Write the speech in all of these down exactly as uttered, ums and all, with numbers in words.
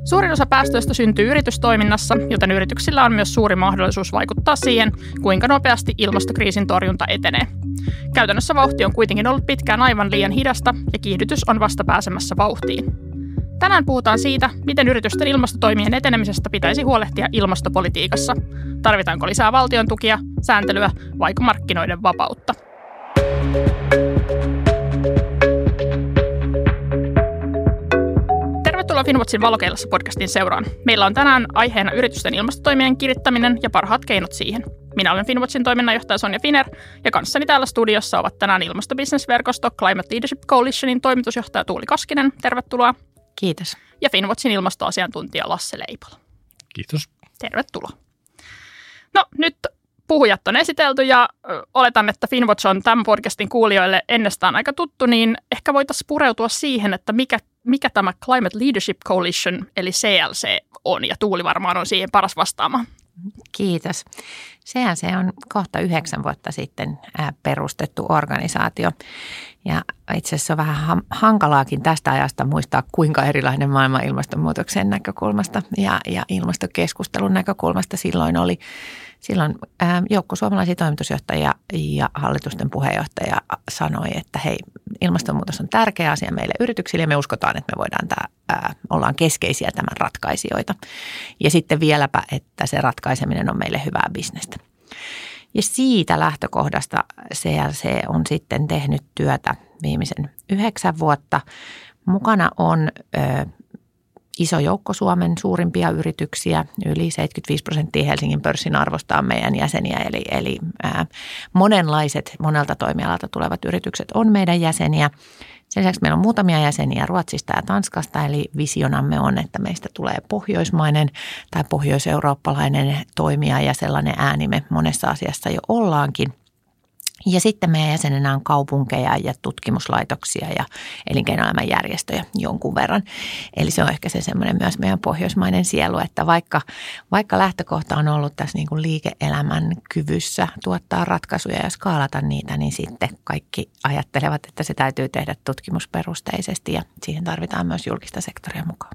Suurin osa päästöistä syntyy yritystoiminnassa, joten yrityksillä on myös suuri mahdollisuus vaikuttaa siihen, kuinka nopeasti ilmastokriisin torjunta etenee. Käytännössä vauhti on kuitenkin ollut pitkään aivan liian hidasta ja kiihdytys on vasta pääsemässä vauhtiin. Tänään puhutaan siitä, miten yritysten ilmastotoimien etenemisestä pitäisi huolehtia ilmastopolitiikassa. Tarvitaanko lisää valtion tukia, sääntelyä vai markkinoiden vapautta? Tervetuloa Finnwatchin Valokeilassa podcastin seuraan. Meillä on tänään aiheena yritysten ilmastotoimien kirittäminen ja parhaat keinot siihen. Minä olen Finnwatchin toiminnanjohtaja Sonja Finer ja kanssani täällä studiossa ovat tänään ilmastobisnesverkosto Climate Leadership Coalitionin toimitusjohtaja Tuuli Koskinen. Tervetuloa. Kiitos. Ja Finnwatchin ilmastoasiantuntija Lasse Leipola. Kiitos. Tervetuloa. No nyt puhujat on esitelty ja oletan, että Finnwatch on tämän podcastin kuulijoille ennestään aika tuttu, niin ehkä voitaisiin pureutua siihen, että mikä, mikä tämä Climate Leadership Coalition eli C L C on, ja Tuuli varmaan on siihen paras vastaamaan. Kiitos. C L C on kohta yhdeksän vuotta sitten perustettu organisaatio ja itse asiassa on vähän hankalaakin tästä ajasta muistaa, kuinka erilainen maailman ilmastonmuutoksen näkökulmasta ja, ja ilmastokeskustelun näkökulmasta silloin oli. Silloin joukko suomalaisia toimitusjohtajia ja hallitusten puheenjohtaja sanoi, että hei, ilmastonmuutos on tärkeä asia meille yrityksille ja me uskotaan, että me voidaan tämä, ää, ollaan keskeisiä tämän ratkaisijoita. Ja sitten vieläpä, että se ratkaiseminen on meille hyvää bisnestä. Ja siitä lähtökohdasta C L C on sitten tehnyt työtä viimeisen yhdeksän vuotta. Mukana on ö, iso joukko Suomen suurimpia yrityksiä, yli seitsemänkymmentäviisi prosenttia Helsingin pörssin arvosta on meidän jäseniä, eli, eli ää, monenlaiset, monelta toimialalta tulevat yritykset on meidän jäseniä. Sen lisäksi meillä on muutamia jäseniä Ruotsista ja Tanskasta, eli visionamme on, että meistä tulee pohjoismainen tai pohjoiseurooppalainen toimija ja sellainen ääni me monessa asiassa jo ollaankin. Ja sitten meidän jäsenenä on kaupunkeja ja tutkimuslaitoksia ja elinkeinoelämän järjestöjä jonkun verran. Eli se on ehkä se semmoinen myös meidän pohjoismainen sielu, että vaikka, vaikka lähtökohta on ollut tässä niin kuin liike-elämän kyvyssä tuottaa ratkaisuja ja skaalata niitä, niin sitten kaikki ajattelevat, että se täytyy tehdä tutkimusperusteisesti ja siihen tarvitaan myös julkista sektoria mukaan.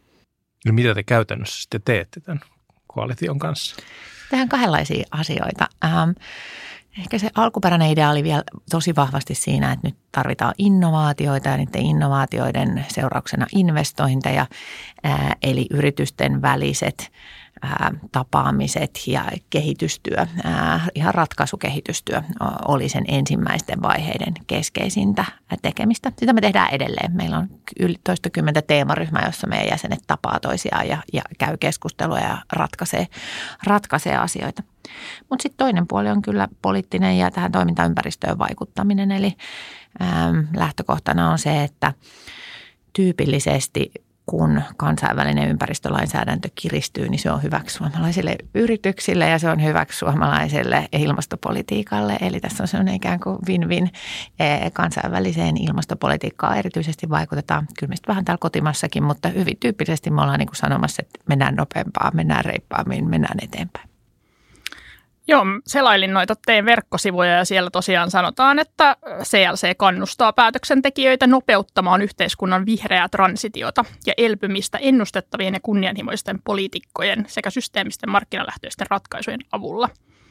Eli mitä te käytännössä sitten teette tämän koalition kanssa? Tehdään kahdenlaisia asioita. Ähm, Ehkä se alkuperäinen idea oli vielä tosi vahvasti siinä, että nyt tarvitaan innovaatioita ja niiden innovaatioiden seurauksena investointeja, ää, eli yritysten väliset ää, tapaamiset ja kehitystyö, ää, ihan ratkaisukehitystyö oli sen ensimmäisten vaiheiden keskeisintä tekemistä. Sitä me tehdään edelleen. Meillä on yli toistakymmentä teemaryhmää, jossa meidän jäsenet tapaa toisiaan ja, ja käy keskustelua ja ratkaisee, ratkaisee asioita. Mutta sitten toinen puoli on kyllä poliittinen ja tähän toimintaympäristöön vaikuttaminen. Eli äm, lähtökohtana on se, että tyypillisesti kun kansainvälinen ympäristölainsäädäntö kiristyy, niin se on hyväksi suomalaisille yrityksille ja se on hyväksi suomalaiselle ilmastopolitiikalle. Eli tässä on sellainen ikään kuin win-win kansainväliseen ilmastopolitiikkaan erityisesti vaikutetaan. Kyllä meistä vähän täällä kotimassakin, mutta hyvin tyypillisesti me ollaan niin kuin sanomassa, että mennään nopeampaa, mennään reippaammin, mennään eteenpäin. Joo, selailin noita teidän verkkosivuja ja siellä tosiaan sanotaan, että C L C kannustaa päätöksentekijöitä nopeuttamaan yhteiskunnan vihreää transitiota ja elpymistä ennustettavien ja kunnianhimoisten poliitikkojen sekä systeemisten markkinalähtöisten ratkaisujen avulla.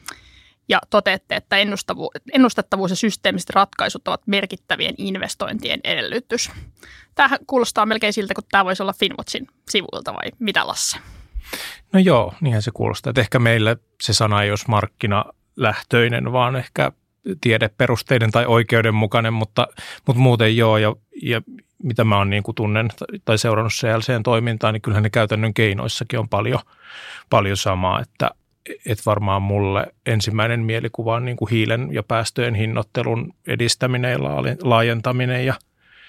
Ja toteatte, että ennustettavuus ja systeemiset ratkaisut ovat merkittävien investointien edellytys. Tämähän kuulostaa melkein siltä, kun tämä voisi olla Finnwatchin sivuilta vai mitä, Lasse? No joo, niinhän se kuulostaa. Että ehkä meille se sana ei olisi markkinalähtöinen, vaan ehkä tiedeperusteinen tai oikeudenmukainen, mutta, mutta muuten joo. Ja, ja mitä mä oon niin kuin tunnen tai seurannut C L C:n toimintaa, niin kyllähän ne käytännön keinoissakin on paljon, paljon samaa. Että, että varmaan mulle ensimmäinen mielikuva on niin kuin hiilen ja päästöjen hinnoittelun edistäminen ja laajentaminen. Ja,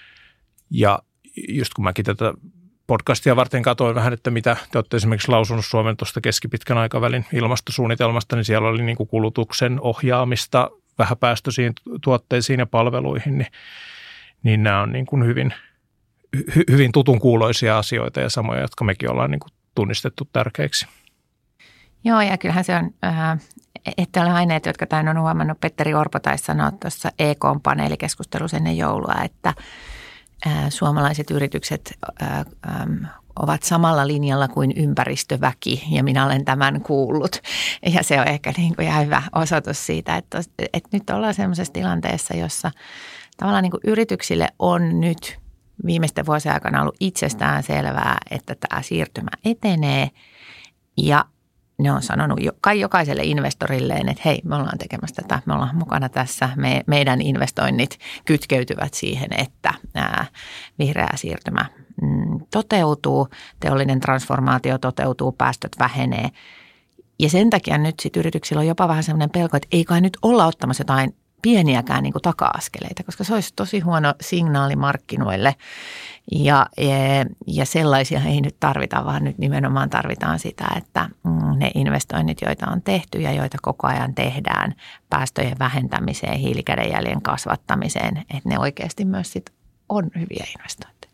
ja just kun mäkin tätä podcastia varten katsoin vähän, että mitä te olette esimerkiksi lausunut Suomen tuosta keskipitkän aikavälin ilmastosuunnitelmasta, niin siellä oli niin kuin kulutuksen ohjaamista vähäpäästöisiin tuotteisiin ja palveluihin, niin, niin nämä on niin kuin hyvin, hy, hyvin tutun kuuloisia asioita ja samoja, jotka mekin ollaan niin kuin tunnistettu tärkeiksi. Joo, ja kyllähän se on, äh, että ole aineet, jotka tämän on huomannut, Petteri Orpo taisi sanoa tuossa E K-paneelikeskustelussa ennen joulua, että suomalaiset yritykset ovat samalla linjalla kuin ympäristöväki ja minä olen tämän kuullut. Ja se on ehkä niin kuin ihan hyvä osoitus siitä, että, että nyt ollaan sellaisessa tilanteessa, jossa tavallaan niin kuin yrityksille on nyt viimeisten vuosien aikana ollut itsestään selvää, että tämä siirtymä etenee ja ne on sanonut kai jokaiselle investorilleen, että hei, me ollaan tekemässä tätä, me ollaan mukana tässä, me, meidän investoinnit kytkeytyvät siihen, että ää, vihreä siirtymä mm, toteutuu, teollinen transformaatio toteutuu, päästöt vähenee. Ja sen takia nyt sitten yrityksillä on jopa vähän sellainen pelko, että ei kai nyt olla ottamassa jotain pieniäkään niin kuin taka-askeleita, koska se olisi tosi huono signaali markkinoille ja, ja sellaisia ei nyt tarvita, vaan nyt nimenomaan tarvitaan sitä, että ne investoinnit, joita on tehty ja joita koko ajan tehdään päästöjen vähentämiseen, hiilikädenjäljen kasvattamiseen, että ne oikeasti myös sit on hyviä investointeja.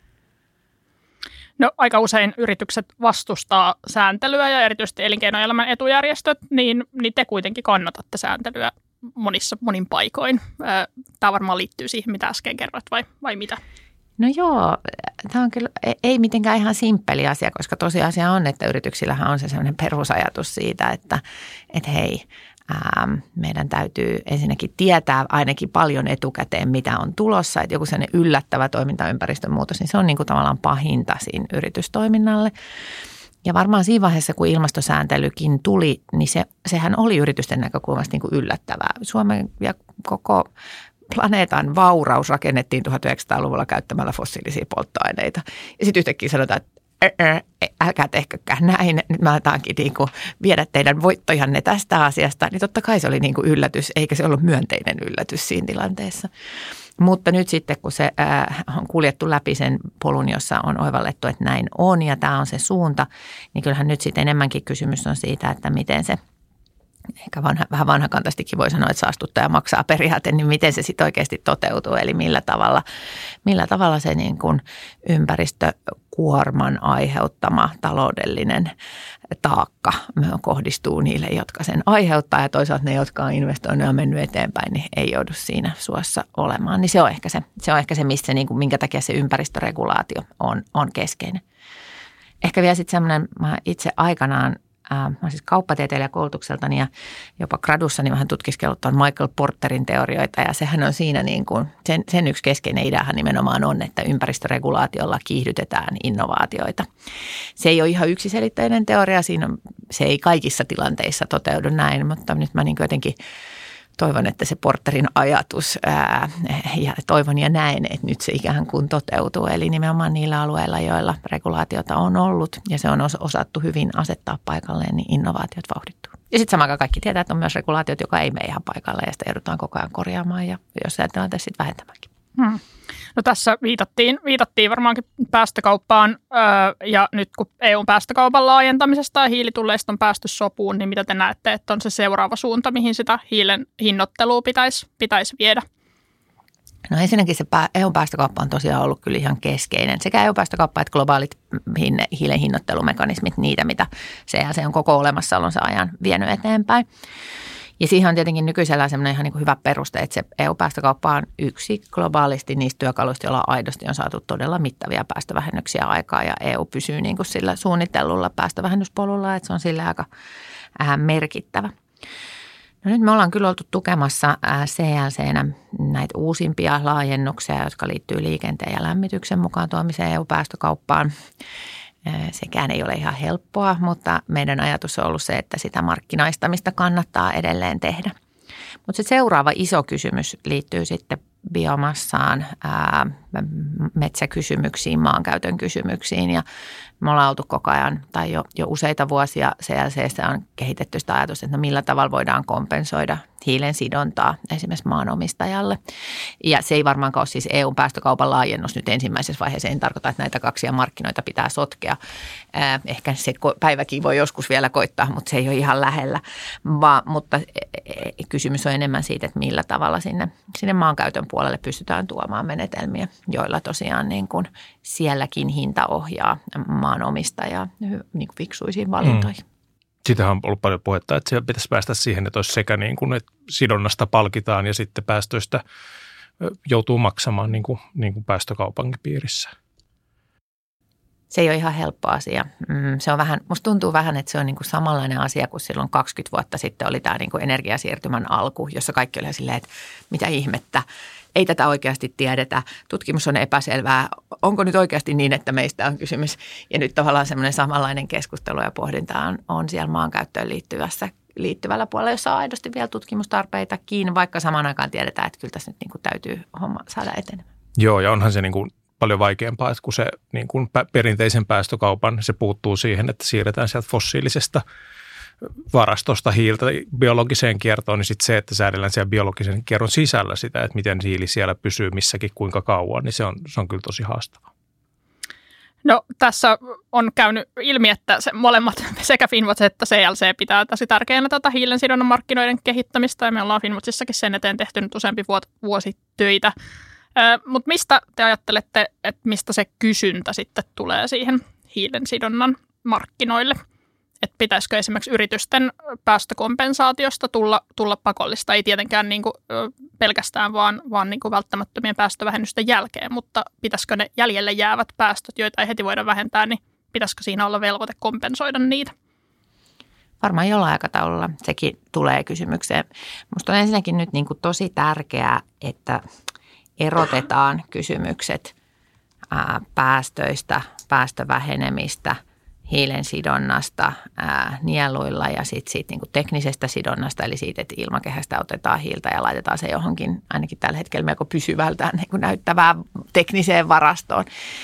No aika usein yritykset vastustaa sääntelyä ja erityisesti elinkeinoelämän etujärjestöt, niin, niin te kuitenkin kannatatte sääntelyä monissa, monin paikoin. Tämä varmaan liittyy siihen, mitä äsken kerroit, vai, vai mitä? No joo, tämä on kyllä ei mitenkään ihan simppeli asia, koska tosiasia on, että yrityksillähän on se sellainen perusajatus siitä, että, että hei, ää, meidän täytyy ensinnäkin tietää ainakin paljon etukäteen, mitä on tulossa. Että joku sellainen yllättävä toimintaympäristön muutos, niin se on niin kuin tavallaan pahinta siinä yritystoiminnalle. Ja varmaan siinä vaiheessa, kun ilmastosääntelykin tuli, niin se, sehän oli yritysten näkökulmasta niin kuin yllättävää. Suomen ja koko planeetan vauraus rakennettiin tuhatyhdeksänsataaluvulla käyttämällä fossiilisia polttoaineita. Ja sitten yhtäkkiä sanotaan, että älkää tehkökään näin, nyt mä aletaankin niin kuin viedä teidän voittojanne tästä asiasta. Niin totta kai se oli niin kuin yllätys, eikä se ollut myönteinen yllätys siinä tilanteessa. Mutta nyt sitten, kun se äh, on kuljettu läpi sen polun, jossa on oivallettu, että näin on ja tämä on se suunta, niin kyllähän nyt sitten enemmänkin kysymys on siitä, että miten se, ehkä vanha, vähän vanhakantastikin voi sanoa, että saastuttaja maksaa periaate, niin miten se sitten oikeasti toteutuu, eli millä tavalla, millä tavalla se niin kuin ympäristökuorman aiheuttama taloudellinen taakka kohdistuu niille, jotka sen aiheuttaa ja toisaalta ne, jotka on investoinut ja mennyt eteenpäin, niin ei joudu siinä suossa olemaan. Niin se on ehkä se, se, on ehkä se mistä, niin kuin, minkä takia se ympäristöregulaatio on, on keskeinen. Ehkä vielä sitten semmoinen, mä itse aikanaan, Mä olen siis kauppatieteilijä koulutukseltani ja jopa gradussani vähän tutkiskellut tuon Michael Porterin teorioita ja sehän on siinä niin kuin, sen, sen yksi keskeinen ideahan nimenomaan on, että ympäristöregulaatiolla kiihdytetään innovaatioita. Se ei ole ihan yksiselitteinen teoria, siinä on, se ei kaikissa tilanteissa toteudu näin, mutta nyt mä niin kuin jotenkin toivon, että se Porterin ajatus ää, ja toivon ja näen, että nyt se ikään kuin toteutuu. Eli nimenomaan niillä alueilla, joilla regulaatiota on ollut ja se on osattu hyvin asettaa paikalleen, niin innovaatiot vauhdittuu. Ja sitten samaan kaikki tietää, että on myös regulaatiot, joka ei mene ihan paikalle ja sitä joudutaan koko ajan korjaamaan ja jossain tilanteessa sitten vähentämäänkin. Hmm. No tässä viitattiin, viitattiin varmaankin päästökauppaan öö, ja nyt kun E U:n päästökaupan laajentamisesta ja hiilitulleista on päästy sopuun, niin mitä te näette, että on se seuraava suunta, mihin sitä hiilen hinnoittelua pitäisi, pitäisi viedä? No ensinnäkin se E U:n päästökauppa on tosiaan ollut kyllä ihan keskeinen. Sekä E U-päästökauppa että globaalit hiilen hinnoittelumekanismit, niitä mitä C L C on koko olemassaolonsa ajan vienyt eteenpäin. Ja siihen on tietenkin nykyisellään semmoinen ihan niin kuin hyvä peruste, että se E U-päästökauppa on yksi globaalisti niistä työkaluista, joilla aidosti on saatu todella mittavia päästövähennyksiä aikaa ja E U pysyy niin kuin sillä suunnitellulla päästövähennyspolulla, että se on sillä aika äh, merkittävä. No nyt me ollaan kyllä oltu tukemassa C L C:nä näitä uusimpia laajennuksia, jotka liittyy liikenteen ja lämmityksen mukaan tuomiseen E U-päästökauppaan. Sekään ei ole ihan helppoa, mutta meidän ajatus on ollut se, että sitä markkinaistamista kannattaa edelleen tehdä. Mutta se seuraava iso kysymys liittyy sitten biomassaan, ää, metsäkysymyksiin, maankäytön kysymyksiin ja me ollaan oltu koko ajan tai jo, jo useita vuosia C L C:ssä on kehitetty sitä ajatusta, että no millä tavalla voidaan kompensoida hiilen sidontaa esimerkiksi maanomistajalle. Ja se ei varmaankaan ole siis E U:n päästökaupan laajennus nyt ensimmäisessä vaiheessa. En tarkoita, että näitä kaksia markkinoita pitää sotkea. Ää, ehkä se päiväkin voi joskus vielä koittaa, mutta se ei ole ihan lähellä. Va, mutta kysymys on enemmän siitä, että millä tavalla sinne, sinne maankäytön puolelle pystytään tuomaan menetelmiä, joilla tosiaan niin kuin sielläkin hinta ohjaa maanomistajaa niin kuin fiksuisiin valintoihin. Mm. Siitähän on ollut paljon puhetta, että siellä pitäisi päästä siihen, että olisi sekä niin kuin, että sidonnasta palkitaan ja sitten päästöistä joutuu maksamaan niin kuin, niin kuin päästökaupankin piirissä. Se ei ole ihan helppo asia. Se on vähän, musta tuntuu vähän, että se on niin kuin samanlainen asia kuin silloin kaksikymmentä vuotta sitten oli tämä niin kuin energiasiirtymän alku, jossa kaikki oli silleen, että mitä ihmettä. Ei tätä oikeasti tiedetä. Tutkimus on epäselvää. Onko nyt oikeasti niin, että meistä on kysymys? Ja nyt tavallaan semmoinen samanlainen keskustelu ja pohdinta on, on siellä maankäyttöön liittyvässä, liittyvällä puolella, jossa on aidosti vielä tutkimustarpeitakin, vaikka samaan aikaan tiedetään, että kyllä tässä nyt niin kuin täytyy homma saada etenemään. Joo, ja onhan se niin kuin paljon vaikeampaa, että kun se niin kuin perinteisen päästökaupan, se puuttuu siihen, että siirretään sieltä fossiilisesta varastosta hiiltä biologiseen kiertoon, niin sitten se, että säädellään siellä biologisen kierron sisällä sitä, että miten hiili siellä pysyy missäkin kuinka kauan, niin se on, se on kyllä tosi haastavaa. No tässä on käynyt ilmi, että se molemmat sekä Finnwatch että C L C pitää tosi tärkeänä tätä hiilen sidonnan markkinoiden kehittämistä ja me ollaan Finnwatchissakin sen eteen tehty nyt useampi vuosi töitä. Mutta mistä te ajattelette, että mistä se kysyntä sitten tulee siihen hiilen sidonnan markkinoille? Että pitäisikö esimerkiksi yritysten päästökompensaatiosta tulla, tulla pakollista? Ei tietenkään niin kuin, pelkästään vaan, vaan niin kuin välttämättömien päästövähennysten jälkeen, mutta pitäisikö ne jäljelle jäävät päästöt, joita ei heti voida vähentää, niin pitäisikö siinä olla velvoite kompensoida niitä? Varmaan jollain aikataululla sekin tulee kysymykseen. Minusta on ensinnäkin nyt niin kuin tosi tärkeää, että erotetaan kysymykset ää, päästöistä, päästövähenemistä, hiilen sidonnasta ää, nieluilla ja sitten siitä niinku teknisestä sidonnasta, eli siitä, että ilmakehästä otetaan hiiltä ja laitetaan se johonkin ainakin tällä hetkellä melko pysyvältään niin näyttävään tekniseen varastoon.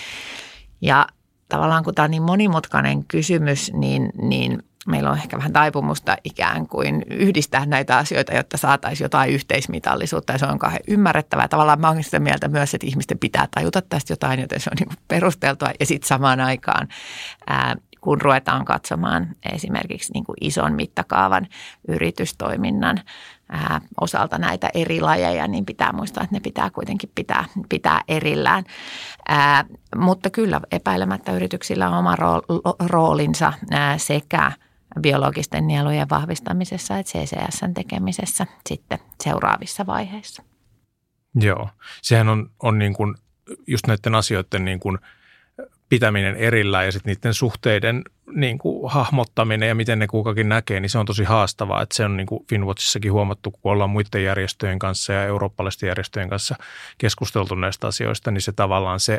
Ja tavallaan kun tämä on niin monimutkainen kysymys, niin, niin meillä on ehkä vähän taipumusta ikään kuin yhdistää näitä asioita, jotta saataisiin jotain yhteismitallisuutta ja se on kauhean ymmärrettävää. Tavallaan mä olen sitä mieltä myös, että ihmisten pitää tajuta tästä jotain, joten se on niin kuin perusteltua ja sitten samaan aikaan ää, kun ruvetaan katsomaan esimerkiksi niin kuin ison mittakaavan yritystoiminnan ää, osalta näitä eri lajeja, niin pitää muistaa, että ne pitää kuitenkin pitää, pitää erillään. Ää, mutta kyllä epäilemättä yrityksillä on oma roolinsa ää, sekä biologisten nielujen vahvistamisessa että C C S:n tekemisessä sitten seuraavissa vaiheissa. Joo, sehän on, on niin kuin just näiden asioiden niin kuin pitäminen erillään ja sitten niiden suhteiden niin kuin hahmottaminen ja miten ne kukakin näkee, niin se on tosi haastavaa. Että se on niin kuin Finnwatchissakin huomattu, kun ollaan muiden järjestöjen kanssa ja eurooppalaisten järjestöjen kanssa keskusteltu näistä asioista, niin se tavallaan se,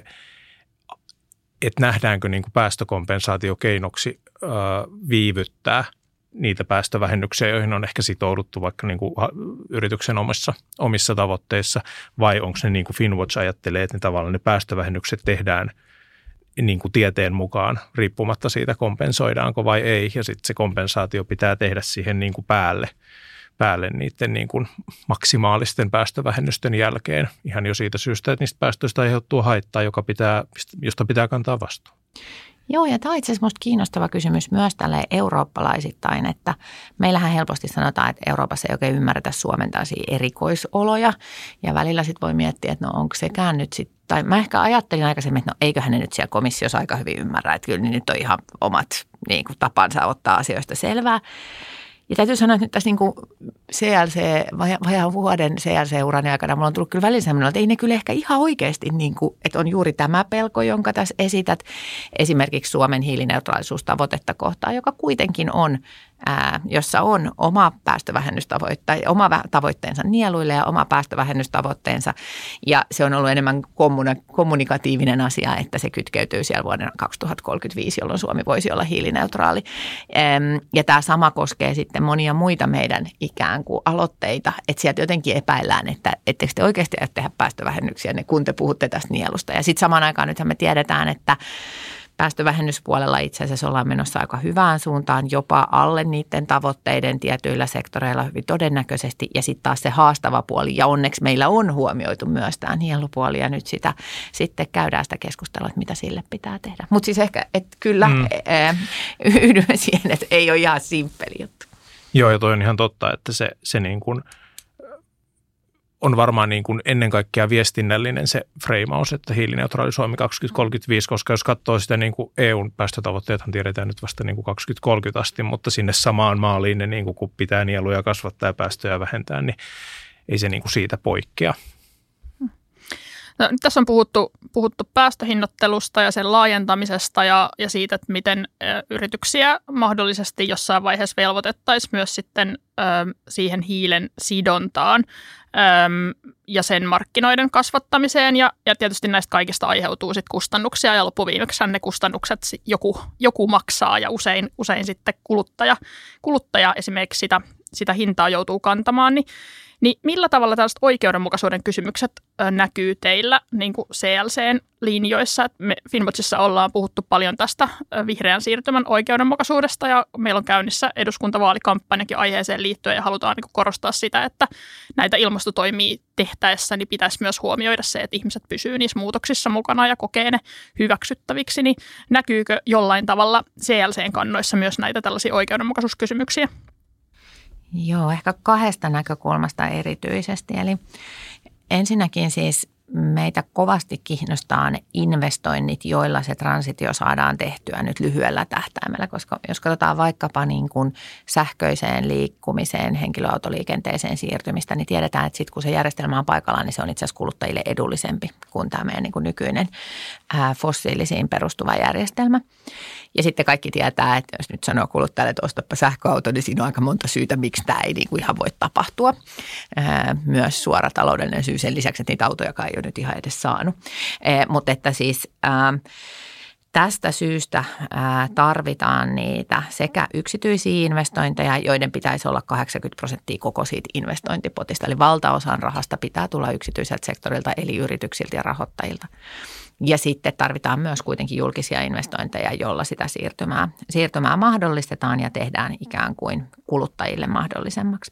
että nähdäänkö niin kuin päästökompensaatiokeinoksi äh, viivyttää niitä päästövähennyksiä, joihin on ehkä sitouduttu vaikka niin kuin yrityksen omissa, omissa tavoitteissa, vai onko ne niin kuin Finnwatch ajattelee, että ne tavallaan ne päästövähennykset tehdään niin kuin tieteen mukaan, riippumatta siitä kompensoidaanko vai ei, ja sitten se kompensaatio pitää tehdä siihen niin kuin päälle, päälle niiden niin kuin maksimaalisten päästövähennysten jälkeen, ihan jo siitä syystä, että niistä päästöistä aiheutuu haittaa, joka pitää, josta pitää kantaa vastuu. Joo, ja tämä on itse asiassa minusta kiinnostava kysymys myös tälle eurooppalaisittain, että meillähän helposti sanotaan, että Euroopassa ei oikein ymmärretä Suomen tällaisia erikoisoloja, ja välillä sitten voi miettiä, että no onko sekään nyt sitten, tai mä ehkä ajattelin aikaisemmin, että no eiköhän ne nyt siellä komissiossa aika hyvin ymmärrä, että kyllä niin nyt on ihan omat niin kuin, tapansa ottaa asioista selvää. Ja täytyy sanoa, että nyt tässä niin kuin C L C, vajaan vuoden C L C-urani aikana, mulla on tullut kyllä välillä sellainen, että ei ne kyllä ehkä ihan oikeasti, niin kuin, että on juuri tämä pelko, jonka tässä esität, esimerkiksi Suomen hiilineutraalisuustavoitetta kohtaan, joka kuitenkin on, ää, jossa on oma päästövähennystavoitte, oma tavoitteensa nieluille ja oma päästövähennystavoitteensa, ja se on ollut enemmän kommuni- kommunikatiivinen asia, että se kytkeytyy siellä vuonna kaksituhattakolmekymmentäviisi, jolloin Suomi voisi olla hiilineutraali. Ja tämä sama koskee sitten monia muita meidän ikään kuin aloitteita, että sieltä jotenkin epäillään, että etteikö te oikeasti aio tehdä päästövähennyksiä, kun te puhutte tästä nielusta. Ja sitten samaan aikaan nythän me tiedetään, että päästövähennyspuolella itse asiassa ollaan menossa aika hyvään suuntaan, jopa alle niiden tavoitteiden tietyillä sektoreilla hyvin todennäköisesti. Ja sitten taas se haastava puoli, ja onneksi meillä on huomioitu myös tämä nielupuoli, ja nyt sitä sitten käydään sitä keskustelua, että mitä sille pitää tehdä. Mutta siis ehkä, että kyllä mm. yhdymme siihen, että ei ole ihan simppeli juttu. Joo, ja toi on ihan totta, että se, se niin kuin on varmaan niin kuin ennen kaikkea viestinnällinen se freimaus, että hiilineutraali Suomi kaksituhattakolmekymmentäviisi, koska jos katsoo sitä niin kuin E U:n päästötavoitteethan tiedetään nyt vasta niin kuin kaksituhattakolmekymmentä asti, mutta sinne samaan maaliin ne niin kuin kun pitää nieluja kasvattaa ja päästöjä vähentää, niin ei se niin kuin siitä poikkea. No, nyt tässä on puhuttu, puhuttu päästöhinnoittelusta ja sen laajentamisesta ja, ja siitä, että miten ö, yrityksiä mahdollisesti jossain vaiheessa velvoitettaisiin myös sitten ö, siihen hiilen sidontaan ö, ja sen markkinoiden kasvattamiseen. Ja, ja tietysti näistä kaikista aiheutuu sitten kustannuksia ja loppuviimeksi ne kustannukset joku, joku maksaa ja usein, usein sitten kuluttaja, kuluttaja esimerkiksi sitä, sitä hintaa joutuu kantamaan, niin Niin millä tavalla tällaiset oikeudenmukaisuuden kysymykset näkyy teillä niin kuin C L C:n linjoissa? Me Finnwatchissa ollaan puhuttu paljon tästä vihreän siirtymän oikeudenmukaisuudesta ja meillä on käynnissä eduskuntavaalikampanjakin aiheeseen liittyen ja halutaan niin kuin korostaa sitä, että näitä ilmastotoimia tehtäessä niin pitäisi myös huomioida se, että ihmiset pysyvät niissä muutoksissa mukana ja kokee ne hyväksyttäviksi. Niin näkyykö jollain tavalla C L C:n kannoissa myös näitä tällaisia oikeudenmukaisuuskysymyksiä? Joo, ehkä kahdesta näkökulmasta erityisesti. Eli ensinnäkin siis meitä kovasti kiinnostaa ne investoinnit, joilla se transitio saadaan tehtyä nyt lyhyellä tähtäimellä, koska jos katsotaan vaikkapa niin kuin sähköiseen liikkumiseen, henkilöautoliikenteeseen siirtymistä, niin tiedetään, että sitten kun se järjestelmä on paikallaan, niin se on itse asiassa kuluttajille edullisempi kuin tämä meidän niin kuin nykyinen ää, fossiilisiin perustuva järjestelmä. Ja sitten kaikki tietää, että jos nyt sanoo kuluttajalle, että ostapa sähköauto, niin siinä on aika monta syytä, miksi tämä ei niin kuin ihan voi tapahtua. Ää, myös suora taloudellinen syy sen lisäksi, että niitä autojakaan ei ole nyt ihan edes saanut. Ää, mutta että siis ää, tästä syystä ää, tarvitaan niitä sekä yksityisiä investointeja, joiden pitäisi olla kahdeksankymmentä prosenttia koko siitä investointipotista. Eli valtaosan rahasta pitää tulla yksityiseltä sektorilta, eli yrityksiltä ja rahoittajilta. Ja sitten tarvitaan myös kuitenkin julkisia investointeja, joilla sitä siirtymää, siirtymää mahdollistetaan ja tehdään ikään kuin kuluttajille mahdollisemmaksi.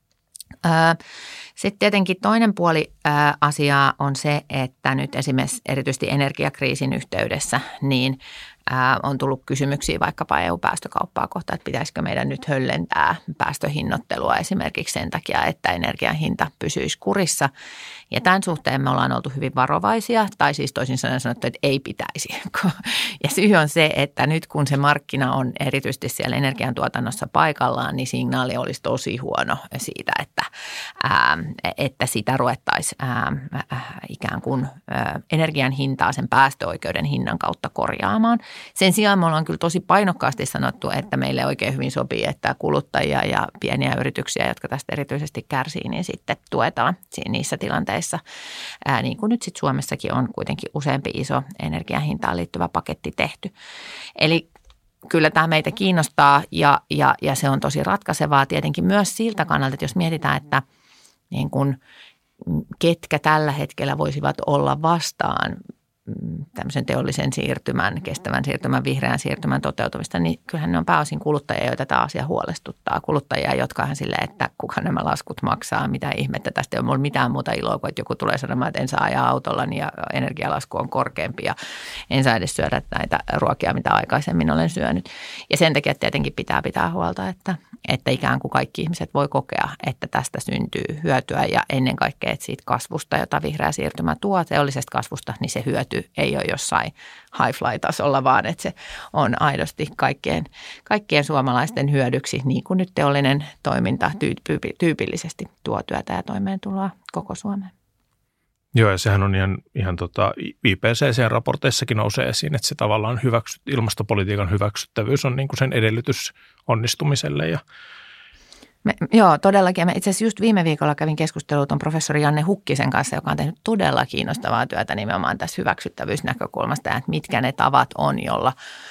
Sitten tietenkin toinen puoli asiaa on se, että nyt esimerkiksi erityisesti energiakriisin yhteydessä niin on tullut kysymyksiä vaikkapa E U-päästökauppaa kohtaan, että pitäisikö meidän nyt höllentää päästöhinnoittelua esimerkiksi sen takia, että energian hinta pysyisi kurissa. Ja tämän suhteen me ollaan oltu hyvin varovaisia, tai siis toisin sanoen sanottu, että ei pitäisi. Ja syy on se, että nyt kun se markkina on erityisesti siellä energiantuotannossa paikallaan, niin signaali olisi tosi huono siitä, että, ää, että sitä ruvettaisiin ää, ikään kuin ää, energian hintaa sen päästöoikeuden hinnan kautta korjaamaan. Sen sijaan me ollaan kyllä tosi painokkaasti sanottu, että meille oikein hyvin sopii, että kuluttajia ja pieniä yrityksiä, jotka tästä erityisesti kärsii, niin sitten tuetaan niissä tilanteissa. Ää, niin kuin nyt sitten Suomessakin on kuitenkin useampi iso energiahintaan liittyvä paketti tehty. Eli kyllä tämä meitä kiinnostaa ja, ja, ja se on tosi ratkaisevaa tietenkin myös siltä kannalta, että jos mietitään, että niin kuin, ketkä tällä hetkellä voisivat olla vastaan tämmöisen teollisen siirtymän, kestävän siirtymän, vihreän siirtymän toteutumista, niin kyllähän ne on pääosin kuluttajia, joita tämä asia huolestuttaa. Kuluttajia, jotka on silleen, että kuka nämä laskut maksaa, mitä ihmettä. Tästä ei ole mulla mitään muuta iloa kuin, että joku tulee sanomaan, että en saa ajaa autollani ja energialasku on korkeampi ja en saa edes syödä näitä ruokia, mitä aikaisemmin olen syönyt. Ja sen takia tietenkin pitää pitää huolta, että, että ikään kuin kaikki ihmiset voi kokea, että tästä syntyy hyötyä ja ennen kaikkea, että siitä kasvusta, jota vihreä siirtymä tuo, teollisesta kasvusta, niin se hyöty ei ole jossain high-fly-tasolla, vaan että se on aidosti kaikkien, kaikkien suomalaisten hyödyksi, niin kuin nyt teollinen toiminta tyyppi, tyypillisesti tuo työtä ja toimeentuloa koko Suomeen. Joo, ja sehän on ihan, ihan tota, I P C C-raporteissakin nousee esiin, että se tavallaan hyväksy, ilmastopolitiikan hyväksyttävyys on niin kuin sen edellytys onnistumiselle ja Me, joo, todellakin. Mä itse asiassa just viime viikolla kävin keskustelua tuon professori Janne Hukkisen kanssa, joka on tehnyt todella kiinnostavaa työtä nimenomaan tässä hyväksyttävyysnäkökulmasta, että mitkä ne tavat on, jolla,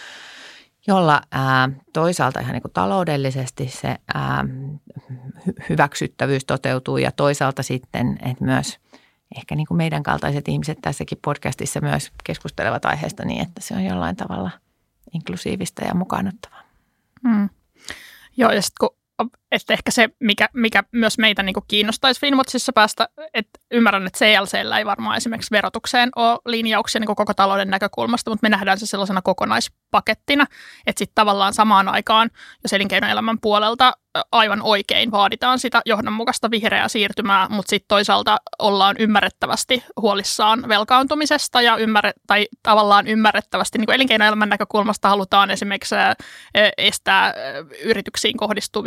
jolla ää, toisaalta ihan niin kuin taloudellisesti se ää, hy- hyväksyttävyys toteutuu ja toisaalta sitten, että myös ehkä niin kuin meidän kaltaiset ihmiset tässäkin podcastissa myös keskustelevat aiheesta niin, että se on jollain tavalla inklusiivista ja mukaanottavaa. Mm. Joo, ja sitten kun että ehkä se, mikä, mikä myös meitä niin kuin kiinnostaisi Finnwatchissa päästä, että ymmärrän, että C L C:llä ei varmaan esimerkiksi verotukseen ole linjauksia niin kuin koko talouden näkökulmasta, mutta me nähdään se sellaisena kokonaispakettina, että sitten tavallaan samaan aikaan, jos elinkeinoelämän puolelta aivan oikein vaaditaan sitä johdonmukaista vihreää siirtymää, mutta sitten toisaalta ollaan ymmärrettävästi huolissaan velkaantumisesta ja ymmärre, tai tavallaan ymmärrettävästi niin kuin elinkeinoelämän näkökulmasta halutaan esimerkiksi estää yrityksiin kohdistuvien veron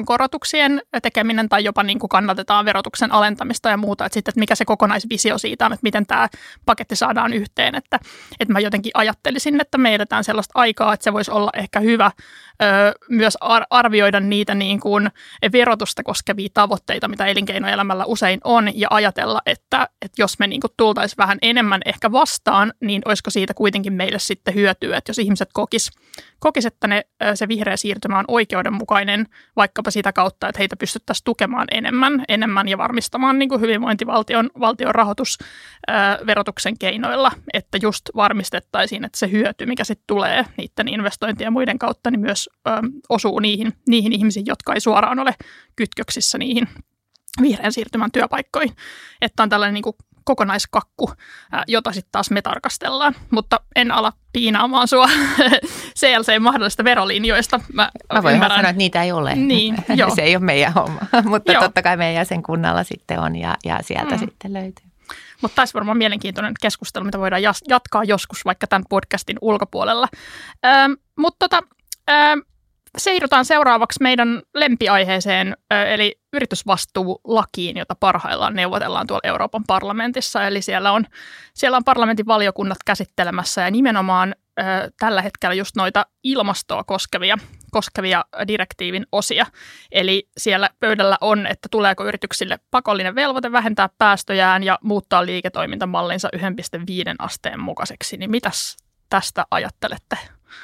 veronkorotuksien tekeminen tai jopa niin kuin kannatetaan verotuksen alentamista ja muuta. Että sitten, että mikä se kokonaisvisio siitä on, että miten tämä paketti saadaan yhteen. Että, että mä jotenkin ajattelisin, että me edetään sellaista aikaa, että se voisi olla ehkä hyvä ö, myös ar- arvioida niitä niin kuin verotusta koskevia tavoitteita, mitä elinkeinoelämällä usein on, ja ajatella, että, että jos me niin kuin tultaisiin vähän enemmän ehkä vastaan, niin olisiko siitä kuitenkin meille sitten hyötyä, että jos ihmiset kokis, kokis että ne, se vihreä siirtymä on oikeudenmukainen vaikkapa sitä kautta, että heitä pystyttäisiin tukemaan enemmän, enemmän ja varmistamaan niin kuin hyvinvointivaltion valtion rahoitus ää, verotuksen keinoilla, että just varmistettaisiin, että se hyöty, mikä sitten tulee niiden investointien ja muiden kautta, niin myös ää, osuu niihin, niihin ihmisiin, jotka ei suoraan ole kytköksissä niihin vihreän siirtymän työpaikkoihin. Että on tällainen niin kuin kokonaiskakku, jota sitten taas me tarkastellaan. Mutta en ala piinaamaan sua C L C:n mahdollisista verolinjoista. Mä, Mä voin sanoa, että niitä ei ole. Niin, se ei ole meidän homma, mutta joo. Totta kai meidän jäsenkunnalla sitten on ja, ja sieltä mm. sitten löytyy. Mutta taisi varmaan mielenkiintoinen keskustelu, mitä voidaan jatkaa joskus vaikka tämän podcastin ulkopuolella. Ähm, mutta tota, ähm, siirrytään seuraavaksi meidän lempiaiheeseen, eli yritysvastuulakiin, jota parhaillaan neuvotellaan tuolla Euroopan parlamentissa. Eli siellä on, siellä on parlamentin valiokunnat käsittelemässä ja nimenomaan ö, tällä hetkellä just noita ilmastoa koskevia, koskevia direktiivin osia. Eli siellä pöydällä on, että tuleeko yrityksille pakollinen velvoite vähentää päästöjään ja muuttaa liiketoimintamallinsa yksi pilkku viisi asteen mukaiseksi. Niin mitäs tästä ajattelette?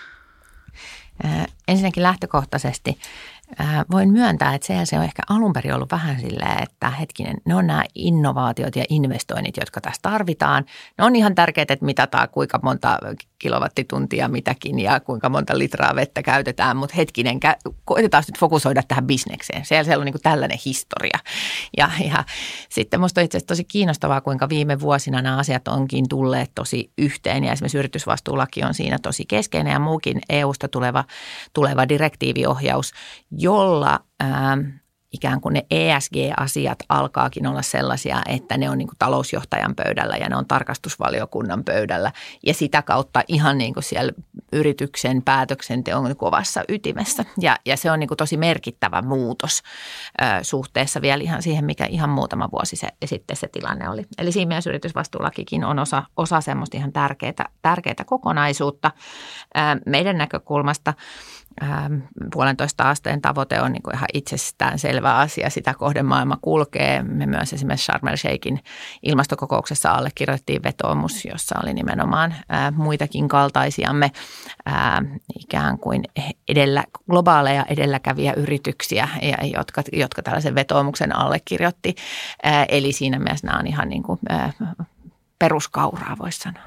Ensinnäkin lähtökohtaisesti voin myöntää, että C L C on ehkä alun perin ollut vähän silleen, että hetkinen, ne on nämä innovaatiot ja investoinnit, jotka tässä tarvitaan. Ne on ihan tärkeää, että mitataan kuinka monta kilowattituntia mitäkin ja kuinka monta litraa vettä käytetään, mutta hetkinen, koitetaan nyt fokusoida tähän bisnekseen. C L C on niin kuin tällainen historia. Ja, ja sitten musta on itse asiassa tosi kiinnostavaa, kuinka viime vuosina nämä asiat onkin tulleet tosi yhteen ja esimerkiksi yritysvastuulaki on siinä tosi keskeinen ja muukin E U:sta tuleva, tuleva direktiiviohjaus, jolla ää, ikään kuin ne E S G-asiat alkaakin olla sellaisia, että ne on niin kuin talousjohtajan pöydällä ja ne on tarkastusvaliokunnan pöydällä ja sitä kautta ihan niin kuin siellä yrityksen päätöksenteon kovassa ytimessä. Ja, ja se on niin kuin tosi merkittävä muutos ää, suhteessa vielä ihan siihen, mikä ihan muutama vuosi se, sitten se tilanne oli. Eli siinä mielessä yritysvastuulakikin on osa, osa semmoista ihan tärkeää, tärkeää kokonaisuutta ää, meidän näkökulmasta. Ähm, puolentoista asteen tavoite on niin kuin ihan itsestään selvä asia. Sitä kohden maailma kulkee. Me myös esimerkiksi Sharm el Sheikhin ilmastokokouksessa allekirjoitettiin vetoomus, jossa oli nimenomaan äh, muitakin kaltaisiamme äh, ikään kuin edellä, globaaleja edelläkäviä yrityksiä, ja, jotka, jotka tällaisen vetoomuksen allekirjoitti. Äh, eli siinä mielessä nämä on ihan niin kuin, äh, peruskauraa, voisi sanoa.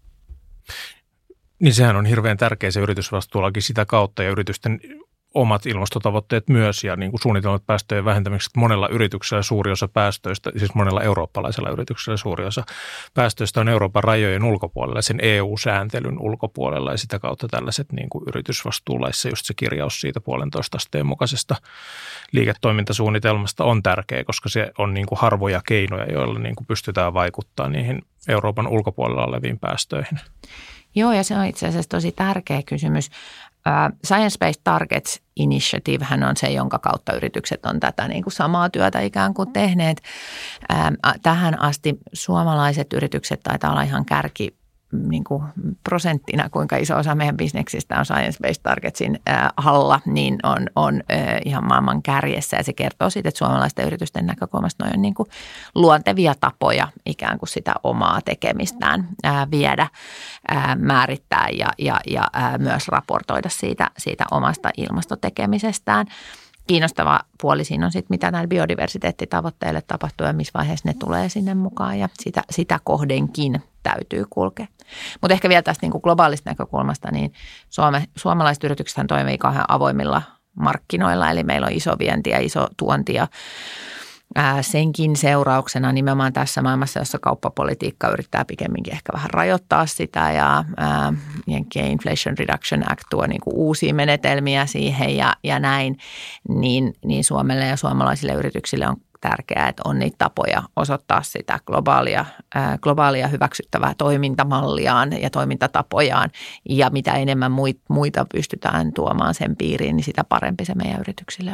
Niin sehän on hirveän tärkeä se yritysvastuulaki sitä kautta ja yritysten omat ilmastotavoitteet myös ja niin kuin suunnitelmat päästöjen vähentämiseksi. Monella yrityksellä suuri osa päästöistä, siis monella eurooppalaisella yrityksellä suuri osa päästöistä on Euroopan rajojen ulkopuolella, sen E U-sääntelyn ulkopuolella ja sitä kautta tällaiset niin kuin yritysvastuulaissa just se kirjaus siitä puolentoista asteen mukaisesta liiketoimintasuunnitelmasta on tärkeä, koska se on niin kuin harvoja keinoja, joilla niin kuin pystytään vaikuttamaan niihin Euroopan ulkopuolella oleviin päästöihin. Joo, ja se on itse asiassa tosi tärkeä kysymys. Uh, Science-Based Targets Initiative hän on se, jonka kautta yritykset on tätä niin kuin samaa työtä ikään kuin tehneet. Uh, tähän asti suomalaiset yritykset taitaa olla ihan kärki niin kuin prosenttina, kuinka iso osa meidän bisneksistä on Science-Based Targetsin äh, alla, niin on, on äh, ihan maailman kärjessä. Ja se kertoo siitä, että suomalaisten yritysten näkökulmasta noi on niin kuin luontevia tapoja ikään kuin sitä omaa tekemistään äh, viedä, äh, määrittää ja, ja, ja äh, myös raportoida siitä, siitä omasta ilmastotekemisestään. Kiinnostava puoli siinä on sitten, mitä näillä biodiversiteettitavoitteille tapahtuu ja missä vaiheessa ne tulee sinne mukaan ja sitä, sitä kohdenkin täytyy kulkea. Mutta ehkä vielä tästä niin kuin globaalista näkökulmasta, niin Suome, suomalaiset yritykset toimii kauhean avoimilla markkinoilla, eli meillä on iso vienti ja iso tuonti ja ää, senkin seurauksena nimenomaan tässä maailmassa, jossa kauppapolitiikka yrittää pikemminkin ehkä vähän rajoittaa sitä ja ää, Inflation Reduction Act tuo niin kuin uusia menetelmiä siihen ja, ja näin, niin, niin Suomelle ja suomalaisille yrityksille on tärkeää, että on niitä tapoja osoittaa sitä globaalia, ää, globaalia hyväksyttävää toimintamalliaan ja toimintatapojaan. Ja mitä enemmän muita pystytään tuomaan sen piiriin, niin sitä parempi se meidän yrityksille on.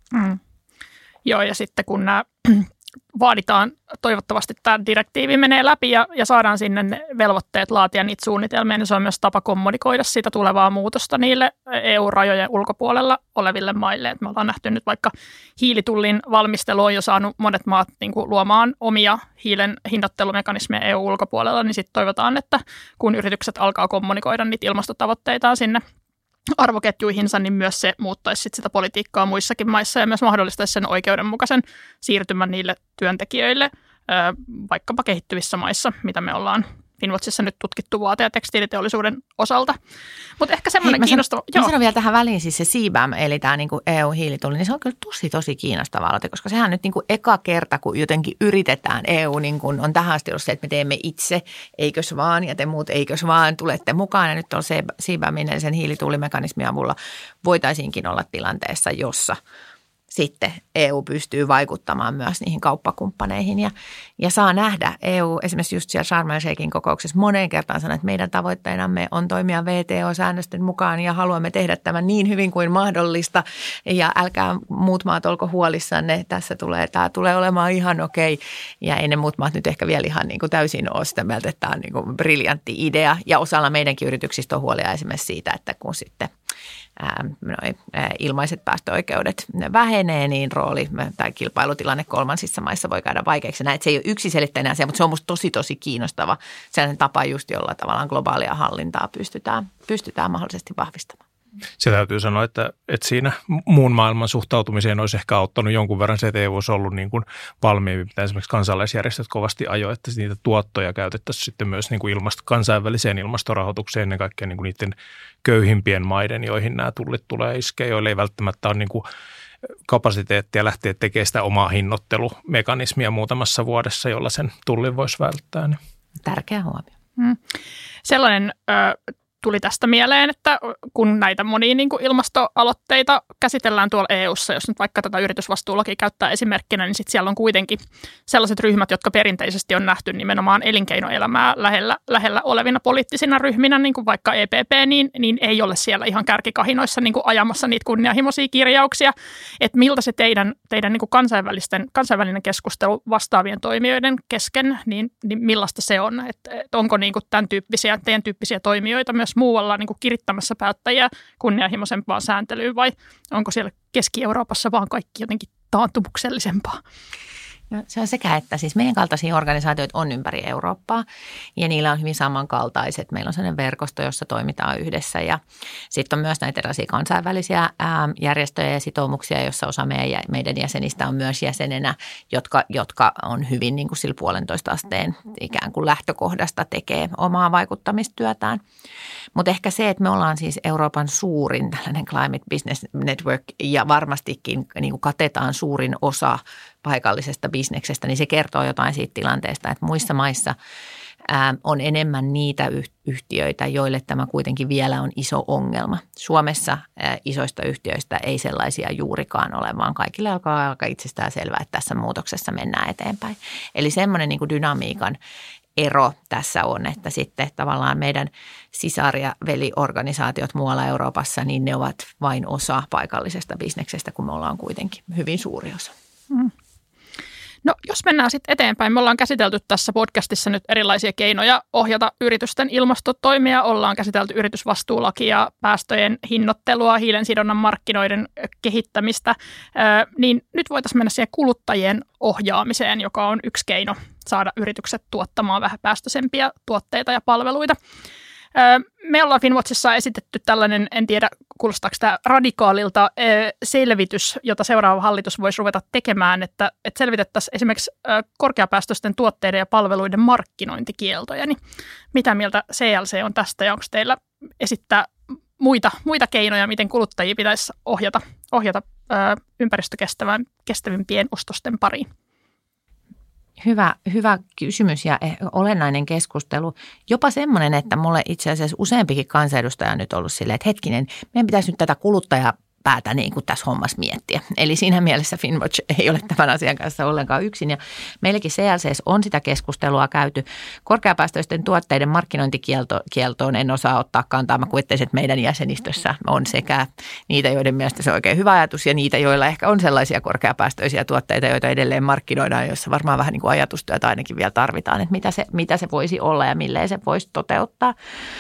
Mm. Joo, ja sitten kun nämä vaaditaan, toivottavasti tämä direktiivi menee läpi ja, ja saadaan sinne ne velvoitteet laatia niitä suunnitelmia, niin se on myös tapa kommunikoida siitä tulevaa muutosta niille E U-rajojen ulkopuolella oleville maille. Et me ollaan nähty nyt vaikka hiilitullin valmistelu on jo saanut monet maat niin kuin luomaan omia hiilen hinnoittelumekanismeja E U-ulkopuolella, niin sitten toivotaan, että kun yritykset alkaa kommunikoida niitä ilmastotavoitteitaan sinne arvoketjuihinsa, niin myös se muuttaisi sit sitä politiikkaa muissakin maissa ja myös mahdollistaisi sen oikeudenmukaisen siirtymän niille työntekijöille, vaikkapa kehittyvissä maissa, mitä me ollaan Finnwatchissa nyt tutkittu vaate- ja tekstiiliteollisuuden osalta. Mutta ehkä semmoinen kiinnostava... Mä sanon vielä tähän väliin siis se C B A M, eli tämä niinku E U-hiilitulli, niin se on kyllä tosi, tosi kiinnostava aloite, koska sehän nyt niinku eka kerta, kun jotenkin yritetään, E U niinku on tähän asti ollut se, että me teemme itse, eikös vaan, ja te muut eikös vaan, tulette mukaan, ja nyt on C B A Min, eli sen hiilitullimekanismin avulla voitaisiinkin olla tilanteessa, jossa sitten E U pystyy vaikuttamaan myös niihin kauppakumppaneihin ja, ja saa nähdä. E U esimerkiksi just siellä Sharm el-Sheikhin kokouksessa moneen kertaan sanoi, että meidän tavoitteenamme on toimia V T O-säännösten mukaan ja haluamme tehdä tämän niin hyvin kuin mahdollista. Ja älkää muut maat olko huolissanne, tässä tulee, tämä tulee olemaan ihan okei. Ja ei ne muut maat nyt ehkä vielä ihan niin kuin täysin ole sitä mieltä, että tämä on niin kuin briljantti idea. Ja osalla meidänkin yrityksistä on huolia esimerkiksi siitä, että kun sitten ää, noi, ää, ilmaiset päästöoikeudet vähenee, niin rooli tai kilpailutilanne kolmansissa maissa voi käydä vaikeaksi. Näin, että se ei ole yksiselitteinen asia, mutta se on musta tosi, tosi kiinnostava sellainen tapa just, jolla tavallaan globaalia hallintaa pystytään, pystytään mahdollisesti vahvistamaan. Se täytyy sanoa, että, että siinä muun maailman suhtautumiseen olisi ehkä auttanut jonkun verran se, että E U olisi ollut niin kuin valmiimpi, mitä esimerkiksi kansalaisjärjestöt kovasti ajoi, että niitä tuottoja käytettäisiin sitten myös niin kuin ilmasto, kansainväliseen ilmastorahoitukseen ennen kaikkea niin kuin niiden köyhimpien maiden, joihin nämä tullit tulee iskeä, joille ei välttämättä ole niin kuin kapasiteettia lähteä tekemään sitä omaa hinnoittelumekanismia muutamassa vuodessa, jolla sen tullin voisi välttää. Tärkeä huomio. Hmm. Sellainen ö, tuli tästä mieleen, että kun näitä monia niin kuin ilmastoaloitteita käsitellään tuolla E U:ssa, jos nyt vaikka tätä yritysvastuulakia käyttää esimerkkinä, niin sitten siellä on kuitenkin sellaiset ryhmät, jotka perinteisesti on nähty nimenomaan elinkeinoelämää lähellä, lähellä olevina poliittisina ryhminä, niin kuin vaikka E P P, niin, niin ei ole siellä ihan kärkikahinoissa niin kuin ajamassa niitä kunnianhimoisia kirjauksia. Että miltä se teidän, teidän niin kuin kansainvälisten, kansainvälinen keskustelu vastaavien toimijoiden kesken, niin, niin millaista se on? Että et onko niin kuin tämän tyyppisiä, teidän tyyppisiä toimijoita myös muualla niin kuin kirittämässä päättäjiä kunnianhimoisempaan sääntelyyn vai onko siellä Keski-Euroopassa vaan kaikki jotenkin taantumuksellisempaa? No, se on sekä, että siis meidän kaltaisia organisaatioita on ympäri Eurooppaa ja niillä on hyvin samankaltaiset. Meillä on sellainen verkosto, jossa toimitaan yhdessä ja sitten on myös näitä erilaisia kansainvälisiä ää, järjestöjä ja sitoumuksia, jossa osa meidän, meidän jäsenistä on myös jäsenenä, jotka, jotka on hyvin niin kuin sillä puolentoista asteen ikään kuin lähtökohdasta tekee omaa vaikuttamistyötään. Mutta ehkä se, että me ollaan siis Euroopan suurin tällainen Climate Business Network ja varmastikin niin kuin katetaan suurin osa paikallisesta bisneksestä, niin se kertoo jotain siitä tilanteesta, että muissa maissa ää, on enemmän niitä yhtiöitä, joille tämä kuitenkin vielä on iso ongelma. Suomessa ää, isoista yhtiöistä ei sellaisia juurikaan ole, vaan kaikille alkaa aika itsestään selvää, että tässä muutoksessa mennään eteenpäin. Eli semmoinen niin kuin dynamiikan ero tässä on, että sitten tavallaan meidän sisar- ja veliorganisaatiot muualla Euroopassa, niin ne ovat vain osa paikallisesta bisneksestä, kun me ollaan kuitenkin hyvin suuri osa. Mm. No jos mennään sitten eteenpäin, me ollaan käsitelty tässä podcastissa nyt erilaisia keinoja ohjata yritysten ilmastotoimia, ollaan käsitelty yritysvastuulakia, päästöjen hinnoittelua, hiilensidonnan markkinoiden kehittämistä, niin nyt voitaisiin mennä siihen kuluttajien ohjaamiseen, joka on yksi keino saada yritykset tuottamaan vähäpäästöisempiä tuotteita ja palveluita. Me ollaan Finnwatchissa esitetty tällainen, en tiedä kuulostaako tämä radikaalilta, selvitys, jota seuraava hallitus voisi ruveta tekemään, että, että selvitettäisiin esimerkiksi korkeapäästöisten tuotteiden ja palveluiden markkinointikieltoja. Niin mitä mieltä C L C on tästä ja onko teillä esittää muita, muita keinoja, miten kuluttajia pitäisi ohjata, ohjata ympäristökestävimpien ostosten pariin? Hyvä, hyvä kysymys ja olennainen keskustelu. Jopa semmoinen, että mulle itse asiassa useampikin kansanedustaja on nyt ollut silleen, että hetkinen, meidän pitäisi nyt tätä kuluttaja päätä niin kuin tässä hommassa miettiä. Eli siinä mielessä Finnwatch ei ole tämän asian kanssa ollenkaan yksin. Ja meilläkin C L C:ssä on sitä keskustelua käyty. Korkeapäästöisten tuotteiden markkinointikieltoon en osaa ottaa kantaa. Mä kuvittaisin, että meidän jäsenistössä on sekä niitä, joiden mielestä se on oikein hyvä ajatus, ja niitä, joilla ehkä on sellaisia korkeapäästöisiä tuotteita, joita edelleen markkinoidaan, joissa varmaan vähän niin kuin ajatustyötä ainakin vielä tarvitaan, että mitä se, mitä se voisi olla ja milleen se voisi toteuttaa.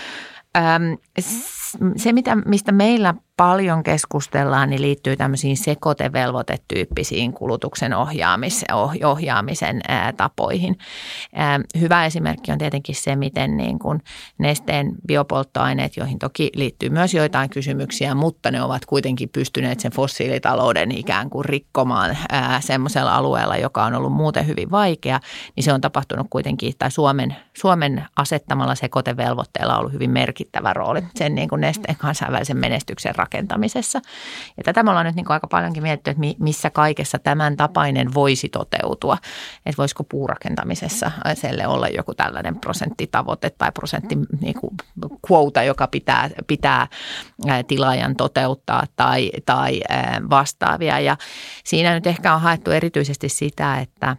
Se, mitä, mistä meillä paljon keskustellaan, niin liittyy tämmöisiin sekoitevelvoitetyyppisiin kulutuksen ohjaamis, ohjaamisen ää, tapoihin. Ää, hyvä esimerkki on tietenkin se, miten niin kuin Nesteen biopolttoaineet, joihin toki liittyy myös joitain kysymyksiä, mutta ne ovat kuitenkin pystyneet sen fossiilitalouden ikään kuin rikkomaan ää, semmoisella alueella, joka on ollut muuten hyvin vaikea, niin se on tapahtunut kuitenkin, tai Suomen, Suomen asettamalla sekoitevelvoitteella on ollut hyvin merkittävä rooli sen niin kuin Nesteen kansainvälisen menestyksen rakentamisessa. Ja tätä me ollaan nyt niin kuin aika paljonkin mietitty, että missä kaikessa tämän tapainen voisi toteutua. Että voisiko puurakentamisessa selle olla joku tällainen prosenttitavoite tai prosentti niin kuin quota, joka pitää, pitää tilaajan toteuttaa tai, tai vastaavia. Ja siinä nyt ehkä on haettu erityisesti sitä, että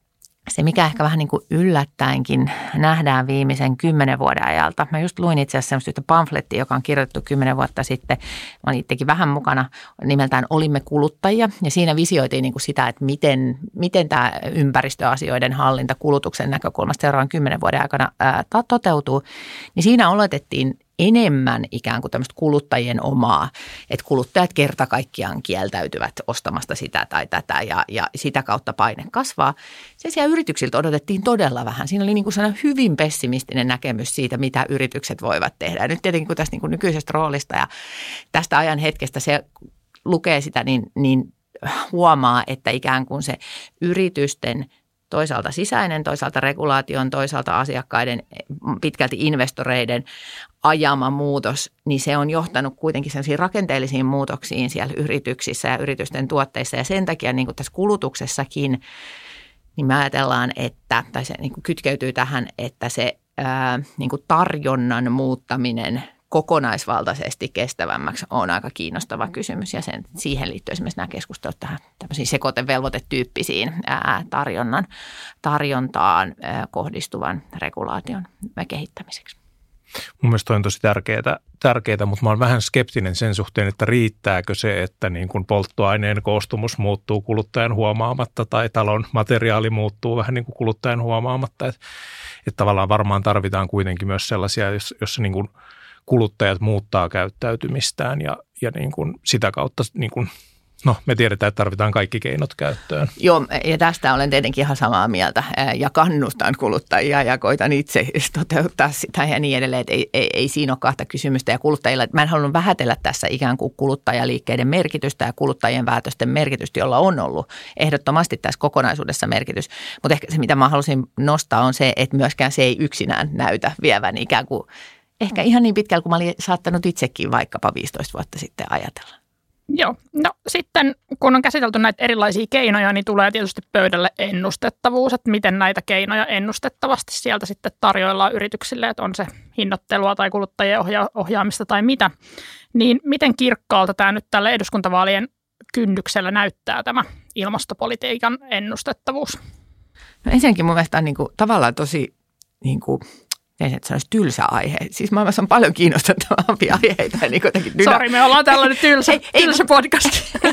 se, mikä ehkä vähän niin kuin yllättäenkin nähdään viimeisen kymmenen vuoden ajalta. Mä just luin itse asiassa semmoista pamflettia, joka on kirjoitettu kymmenen vuotta sitten. Mä olin itsekin vähän mukana nimeltään Olimme kuluttajia. Ja siinä visioitiin niin kuin sitä, että miten, miten tämä ympäristöasioiden hallinta kulutuksen näkökulmasta seuraavan kymmenen vuoden aikana ää, toteutuu. Niin siinä oletettiin enemmän ikään kuin tämmöistä kuluttajien omaa, että kuluttajat kerta kaikkiaan kieltäytyvät ostamasta sitä tai tätä ja, ja sitä kautta paine kasvaa. Sen sijaan yrityksiltä odotettiin todella vähän. Siinä oli niin kuin sellainen hyvin pessimistinen näkemys siitä, mitä yritykset voivat tehdä. Ja nyt tietenkin kun tästä niin kuin nykyisestä roolista ja tästä ajan hetkestä se lukee sitä, niin, niin huomaa, että ikään kuin se yritysten toisaalta sisäinen, toisaalta regulaation, toisaalta asiakkaiden, pitkälti investoreiden ajama muutos, niin se on johtanut kuitenkin sellaisiin rakenteellisiin muutoksiin siellä yrityksissä ja yritysten tuotteissa. Ja sen takia niin kuin tässä kulutuksessakin, niin me ajatellaan, että, tai se niin kuin kytkeytyy tähän, että se ää, niin kuin tarjonnan muuttaminen kokonaisvaltaisesti kestävämmäksi on aika kiinnostava kysymys, ja sen, siihen liittyy esimerkiksi nämä keskustelut tähän tämmöisiin sekoitevelvoitetyyppisiin ää, tarjonnan, tarjontaan ää, kohdistuvan regulaation kehittämiseksi. Mun mielestä on tosi tärkeää, tärkeää, mutta mä oon vähän skeptinen sen suhteen, että riittääkö se, että niin kuin polttoaineen koostumus muuttuu kuluttajan huomaamatta tai talon materiaali muuttuu vähän niin kuin kuluttajan huomaamatta. Että, että tavallaan varmaan tarvitaan kuitenkin myös sellaisia, jossa niin kuin kuluttajat muuttaa käyttäytymistään ja, ja niin kuin sitä kautta, niin kuin, no me tiedetään, että tarvitaan kaikki keinot käyttöön. Joo, ja tästä olen tietenkin ihan samaa mieltä ja kannustan kuluttajia ja koitan itse toteuttaa sitä ja niin edelleen, että ei, ei, ei siinä ole kahta kysymystä. Ja kuluttajilla, mä en halunnut vähätellä tässä ikään kuin kuluttajaliikkeiden merkitystä ja kuluttajien päätösten merkitystä, jolla on ollut ehdottomasti tässä kokonaisuudessa merkitys. Mutta ehkä se, mitä mä halusin nostaa, on se, että myöskään se ei yksinään näytä vievän ikään kuin ehkä ihan niin pitkällä kuin mä olin saattanut itsekin vaikkapa viisitoista vuotta sitten ajatella. Joo, no sitten kun on käsitelty näitä erilaisia keinoja, niin tulee tietysti pöydälle ennustettavuus, että miten näitä keinoja ennustettavasti sieltä sitten tarjoillaan yrityksille, että on se hinnoittelua tai kuluttajien ohja- ohjaamista tai mitä. Niin miten kirkkaalta tämä nyt tällä eduskuntavaalien kynnyksellä näyttää tämä ilmastopolitiikan ennustettavuus? No ensinnäkin mun mielestä on niin kuin, tavallaan tosi niin kuin en että se olisi tylsä aihe. Siis maailmassa on paljon kiinnostavampia aiheita. Niin dyna- Sori, me ollaan tällainen tylsä, ei, tylsä ei, podcast.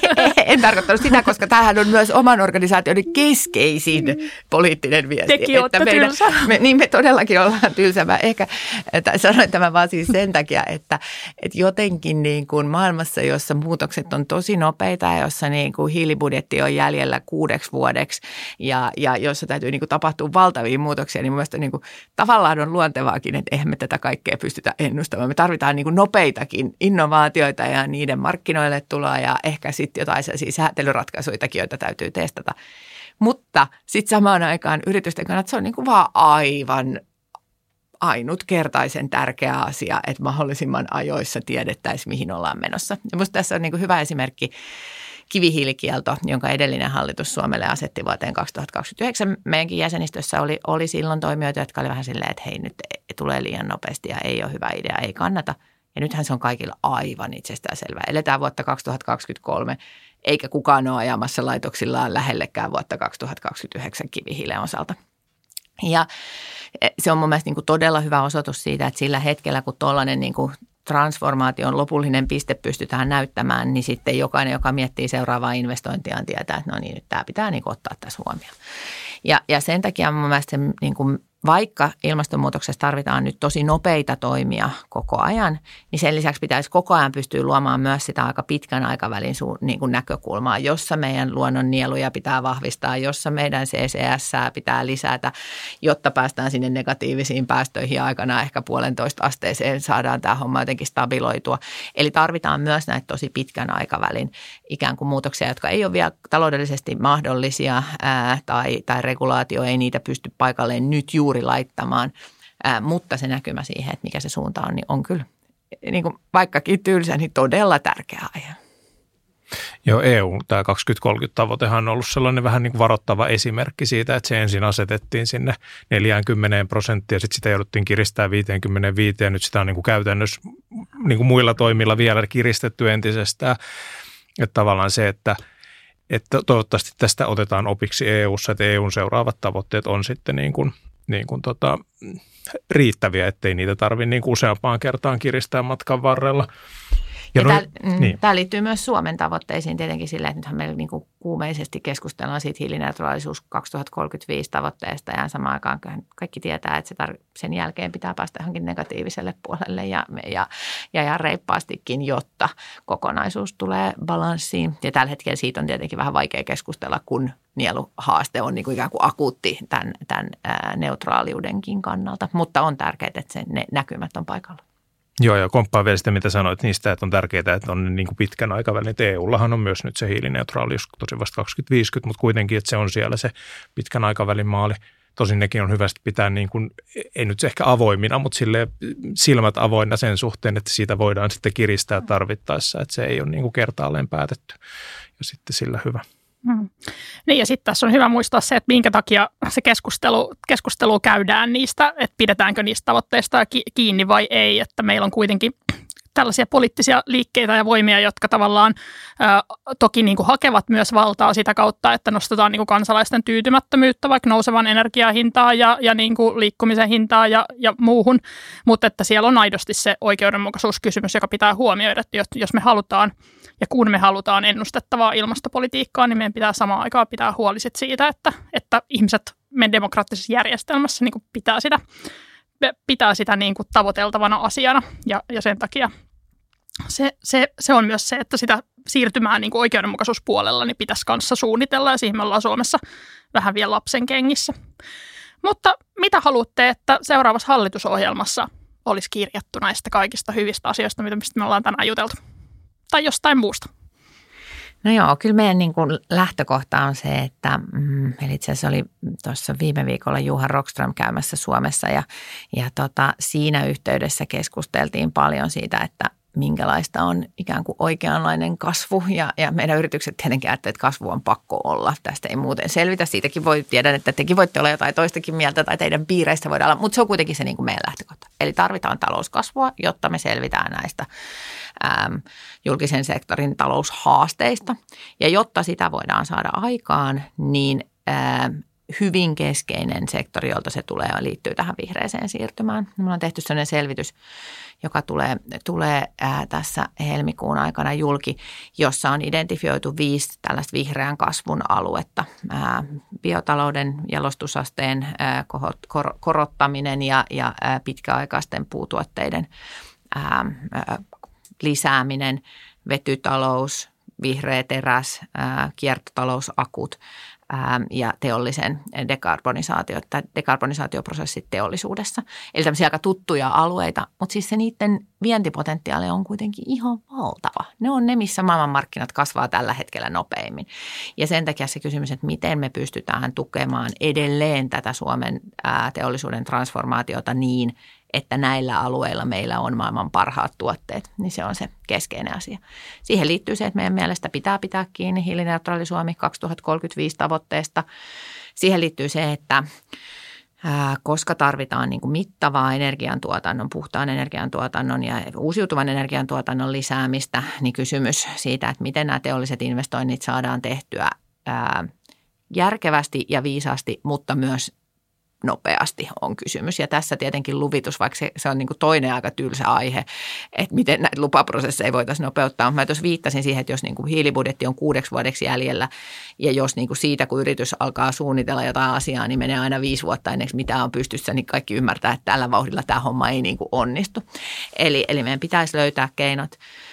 En tarkoittanut sitä, koska tämähän on myös oman organisaation keskeisin poliittinen viesti. Tekin olette tylsä. Me, niin me todellakin ollaan tylsä. Mä ehkä että sanoin tämän vaan siis sen takia, että, että jotenkin niin kuin maailmassa, jossa muutokset on tosi nopeita ja jossa niin kuin hiilibudjetti on jäljellä kuudeksi vuodeksi ja, ja jossa täytyy niin kuin tapahtua valtavia muutoksia, niin mun mielestä niin kuin, tavallaan on luonteeltaan Vaakin, että eihän me tätä kaikkea pystytä ennustamaan. Me tarvitaan niin kuin nopeitakin innovaatioita ja niiden markkinoille tuloa ja ehkä sitten jotain sellaisia säätelyratkaisuitakin, joita täytyy testata. Mutta sitten samaan aikaan yritysten kannalta se on niin kuin vaan aivan ainutkertaisen tärkeä asia, että mahdollisimman ajoissa tiedettäisiin, mihin ollaan menossa. Ja musta tässä on niin kuin hyvä esimerkki kivihiilikielto, jonka edellinen hallitus Suomelle asetti vuoteen kaksituhattakaksikymmentäyhdeksän. Meidänkin jäsenistössä oli, oli silloin toimijoita, jotka oli vähän silleen, että hei nyt tulee liian nopeasti ja ei ole hyvä idea, ei kannata. Ja nythän se on kaikilla aivan itsestäänselvää. Eletään vuotta kaksituhattakaksikymmentäkolme, eikä kukaan ole ajamassa laitoksillaan lähellekään vuotta kaksituhattakaksikymmentäyhdeksän kivihiilen osalta. Ja se on mun mielestä niin kuin todella hyvä osoitus siitä, että sillä hetkellä, kun tuollainen niin kuin transformaation lopullinen piste pystytään näyttämään, niin sitten jokainen, joka miettii seuraavaa investointiaan, tietää, että no niin, nyt tämä pitää niin kuin ottaa tässä huomioon. Ja, ja sen takia mun mielestä se, niin kuin, vaikka ilmastonmuutoksessa tarvitaan nyt tosi nopeita toimia koko ajan, niin sen lisäksi pitäisi koko ajan pystyä luomaan myös sitä aika pitkän aikavälin su, niin kuin näkökulmaa, jossa meidän luonnon nieluja pitää vahvistaa, jossa meidän C C S pitää lisätä, jotta päästään sinne negatiivisiin päästöihin aikana ehkä puolentoista asteeseen, saadaan tämä homma jotenkin stabiloitua. Eli tarvitaan myös näitä tosi pitkän aikavälin ikään kuin muutoksia, jotka ei ole vielä taloudellisesti mahdollisia ää, tai, tai regulaatio ei niitä pysty paikalleen nyt juuri laittamaan, ää, mutta se näkymä siihen, että mikä se suunta on, niin on kyllä niin kuin vaikkakin tylsä, niin todella tärkeä aihe. Joo, E U, tämä kaksituhattakolmekymmentä-tavoitehan on ollut sellainen vähän niin kuin varoittava esimerkki siitä, että se ensin asetettiin sinne neljäänkymmeneen prosenttia, sitten sitä jouduttiin kiristää viiteenkymmeneenviiteen, ja nyt sitä on niin kuin käytännössä niin kuin muilla toimilla vielä kiristetty entisestään. Että tavallaan se, että, että toivottavasti tästä otetaan opiksi E U:ssa, että E U:n seuraavat tavoitteet on sitten niin kuin, niin kuin tota, riittäviä, ettei niitä tarvitse niin kuin useampaan kertaan kiristää matkan varrella. Ja ja tämä, niin. tämä liittyy myös Suomen tavoitteisiin tietenkin sillä, että nythän meillä niin kuin kuumeisesti keskustellaan siitä hiilineutraalisuus kaksituhattakolmekymmentäviisi tavoitteesta ja samaan aikaan kaikki tietää, että se tar- sen jälkeen pitää päästä johonkin negatiiviselle puolelle ja, ja, ja, ja reippaastikin, jotta kokonaisuus tulee balanssiin. Ja tällä hetkellä siitä on tietenkin vähän vaikea keskustella, kun nieluhaaste on niin kuin ikään kuin akuutti tämän, tämän ää, neutraaliudenkin kannalta, mutta on tärkeää, että sen, ne näkymät on paikalla. Joo, ja komppaan vielä sitä, mitä sanoit niistä, että on tärkeää, että on niin kuin pitkän aikavälin. E U:llahan on myös nyt se hiilineutraalius, tosi vasta kaksituhattaviisikymmentä, mutta kuitenkin, että se on siellä se pitkän aikavälin maali. Tosin nekin on hyvästi pitää, niin kuin, ei nyt se ehkä avoimina, mutta silleen silmät avoinna sen suhteen, että siitä voidaan sitten kiristää tarvittaessa, että se ei ole niin kuin kertaalleen päätetty ja sitten sillä hyvä. Hmm. Niin ja sitten tässä on hyvä muistaa se, että minkä takia se keskustelu, keskustelu käydään niistä, että pidetäänkö niistä tavoitteista kiinni vai ei, että meillä on kuitenkin tällaisia poliittisia liikkeitä ja voimia, jotka tavallaan ää, toki niin kuin hakevat myös valtaa sitä kautta, että nostetaan niin kuin kansalaisten tyytymättömyyttä vaikka nousevan energiahintaa ja, ja niin kuin liikkumisen hintaa ja, ja muuhun, mutta että siellä on aidosti se oikeudenmukaisuuskysymys, joka pitää huomioida, että jos me halutaan ja kun me halutaan ennustettavaa ilmastopolitiikkaa, niin meidän pitää samaan aikaan pitää huoli siitä, että, että ihmiset meidän demokraattisessa järjestelmässä niin kuin pitää sitä, pitää sitä niin kuin tavoiteltavana asiana ja, ja sen takia se, se, se on myös se, että sitä siirtymää niin kuin oikeudenmukaisuuspuolella niin pitäisi kanssa suunnitella ja siihen me ollaan Suomessa vähän vielä lapsen kengissä. Mutta mitä haluatte, että seuraavassa hallitusohjelmassa olisi kirjattu näistä kaikista hyvistä asioista, mitä me ollaan tänään juteltu? Tai jostain muusta? No joo, kyllä meidän niin kuin lähtökohta on se, että mm, eli itse asiassa oli tuossa viime viikolla Juha Rockström käymässä Suomessa ja, ja tota, siinä yhteydessä keskusteltiin paljon siitä, että minkälaista on ikään kuin oikeanlainen kasvu ja, ja meidän yritykset tietenkin ajattelevat, että kasvu on pakko olla. Tästä ei muuten selvitä. Siitäkin voi tiedä, että tekin voitte olla jotain toistakin mieltä tai teidän piireistä voidaan olla, mutta se on kuitenkin se niin kuin meidän lähtökohta. Eli tarvitaan talouskasvua, jotta me selvitään näistä äm, julkisen sektorin taloushaasteista. Ja jotta sitä voidaan saada aikaan, niin äm, hyvin keskeinen sektori, jolta se tulee ja liittyy tähän vihreäseen siirtymään. Me on tehty sellainen selvitys, joka tulee, tulee ää, tässä helmikuun aikana julki, jossa on identifioitu viisi tällaista vihreän kasvun aluetta. Ää, biotalouden jalostusasteen ää, kor, korottaminen ja, ja ää, pitkäaikaisten puutuotteiden ää, ää, lisääminen, vetytalous, vihreä teräs, ää, kiertotalousakut ja teollisen dekarbonisaatio, tai dekarbonisaatioprosessit teollisuudessa. Eli tämmöisiä aika tuttuja alueita, mutta siis se niiden vientipotentiaali on kuitenkin ihan valtava. Ne on ne, missä maailmanmarkkinat kasvaa tällä hetkellä nopeimmin. Ja sen takia se kysymys, että miten me pystytään tukemaan edelleen tätä Suomen teollisuuden transformaatiota niin, että näillä alueilla meillä on maailman parhaat tuotteet, niin se on se keskeinen asia. Siihen liittyy se, että meidän mielestä pitää pitää kiinni hiilineutraali Suomi kaksituhattakolmekymmentäviisi tavoitteesta. Siihen liittyy se, että koska tarvitaan niin kuin mittavaa energiantuotannon, puhtaan energiantuotannon ja uusiutuvan energiantuotannon lisäämistä, niin kysymys siitä, että miten nämä teolliset investoinnit saadaan tehtyä järkevästi ja viisaasti, mutta myös nopeasti on kysymys. Ja tässä tietenkin luvitus, vaikka se, se on niin kuin toinen aika tylsä aihe, että miten näitä lupaprosesseja voitaisiin nopeuttaa. Mä tuossa viittasin siihen, että jos niin kuin hiilibudjetti on kuudeksi vuodeksi jäljellä ja jos niin kuin siitä, kun yritys alkaa suunnitella jotain asiaa, niin menee aina viisi vuotta ennen kuin mitään on pystyssä, niin kaikki ymmärtää, että tällä vauhdilla tämä homma ei niin kuin onnistu. Eli, eli meidän pitäisi löytää keinot,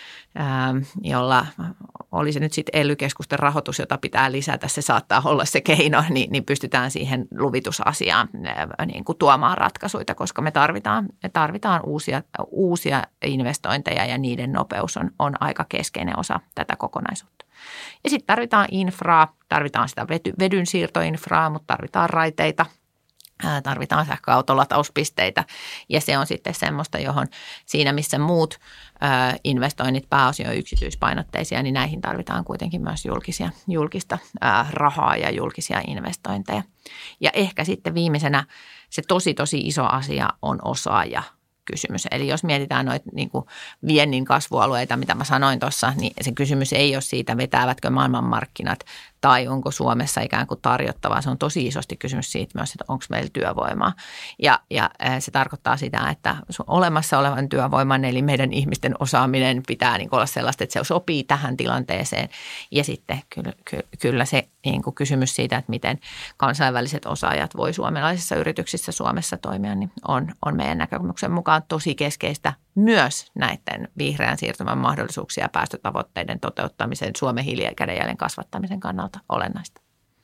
jolla oli se nyt sitten E L Y-keskusten rahoitus, jota pitää lisätä, se saattaa olla se keino, niin, niin pystytään siihen luvitusasiaan niin kuin tuomaan ratkaisuja, koska me tarvitaan, me tarvitaan uusia, uusia investointeja ja niiden nopeus on, on aika keskeinen osa tätä kokonaisuutta. Ja sitten tarvitaan infraa, tarvitaan sitä vety, vedyn siirtoinfraa, mutta tarvitaan raiteita. Tarvitaan sähköautolatauspisteitä ja se on sitten semmoista, johon siinä missä muut investoinnit pääosin on yksityispainotteisia, niin näihin tarvitaan kuitenkin myös julkisia, julkista rahaa ja julkisia investointeja. Ja ehkä sitten viimeisenä se tosi tosi iso asia on osaaja. Kysymys. Eli jos mietitään noita niin kuin viennin kasvualueita, mitä mä sanoin tuossa, niin se kysymys ei ole siitä, vetäävätkö maailmanmarkkinat tai onko Suomessa ikään kuin tarjottavaa. Se on tosi isosti kysymys siitä myös, että onko meillä työvoimaa. Ja, ja se tarkoittaa sitä, että olemassa olevan työvoiman, eli meidän ihmisten osaaminen pitää niin kuin olla sellaista, että se sopii tähän tilanteeseen. Ja sitten kyllä, kyllä se niin kuin kysymys siitä, että miten kansainväliset osaajat voi suomalaisissa yrityksissä Suomessa toimia, niin on, on meidän näkökulmuksen mukaan tosi keskeistä myös näiden vihreän siirtymän mahdollisuuksia ja päästötavoitteiden toteuttamisen, Suomen hiilikädenjäljen kasvattamisen kannalta olennaista.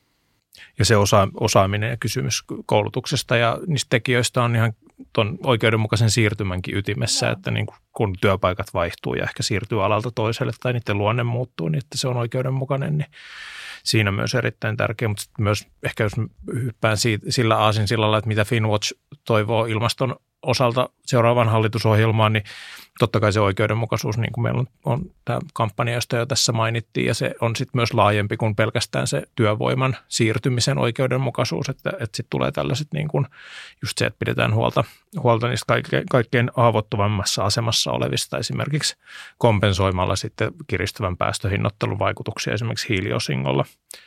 Ja se osa, osaaminen ja kysymys koulutuksesta ja niistä tekijöistä on ihan tuon oikeudenmukaisen siirtymänkin ytimessä, no. Että niin kun työpaikat vaihtuu ja ehkä siirtyy alalta toiselle tai niiden luonne muuttuu, niin että se on oikeudenmukainen, niin siinä myös erittäin tärkeä, mutta myös ehkä jos hyppään siitä, sillä aasinsillalla, että mitä Finnwatch toivoo ilmaston osalta seuraavaan hallitusohjelmaan, niin totta kai se oikeudenmukaisuus, niin kuin meillä on, on tämä kampanja, josta jo tässä mainittiin, ja se on sitten myös laajempi kuin pelkästään se työvoiman siirtymisen oikeudenmukaisuus, että, että sitten tulee tällaiset niin kuin just se, että pidetään huolta, huolta niistä kaikkein, kaikkein haavoittuvammassa asemassa olevista, esimerkiksi kompensoimalla sitten kiristyvän päästöhinnoittelun vaikutuksia esimerkiksi hiiliosingolla.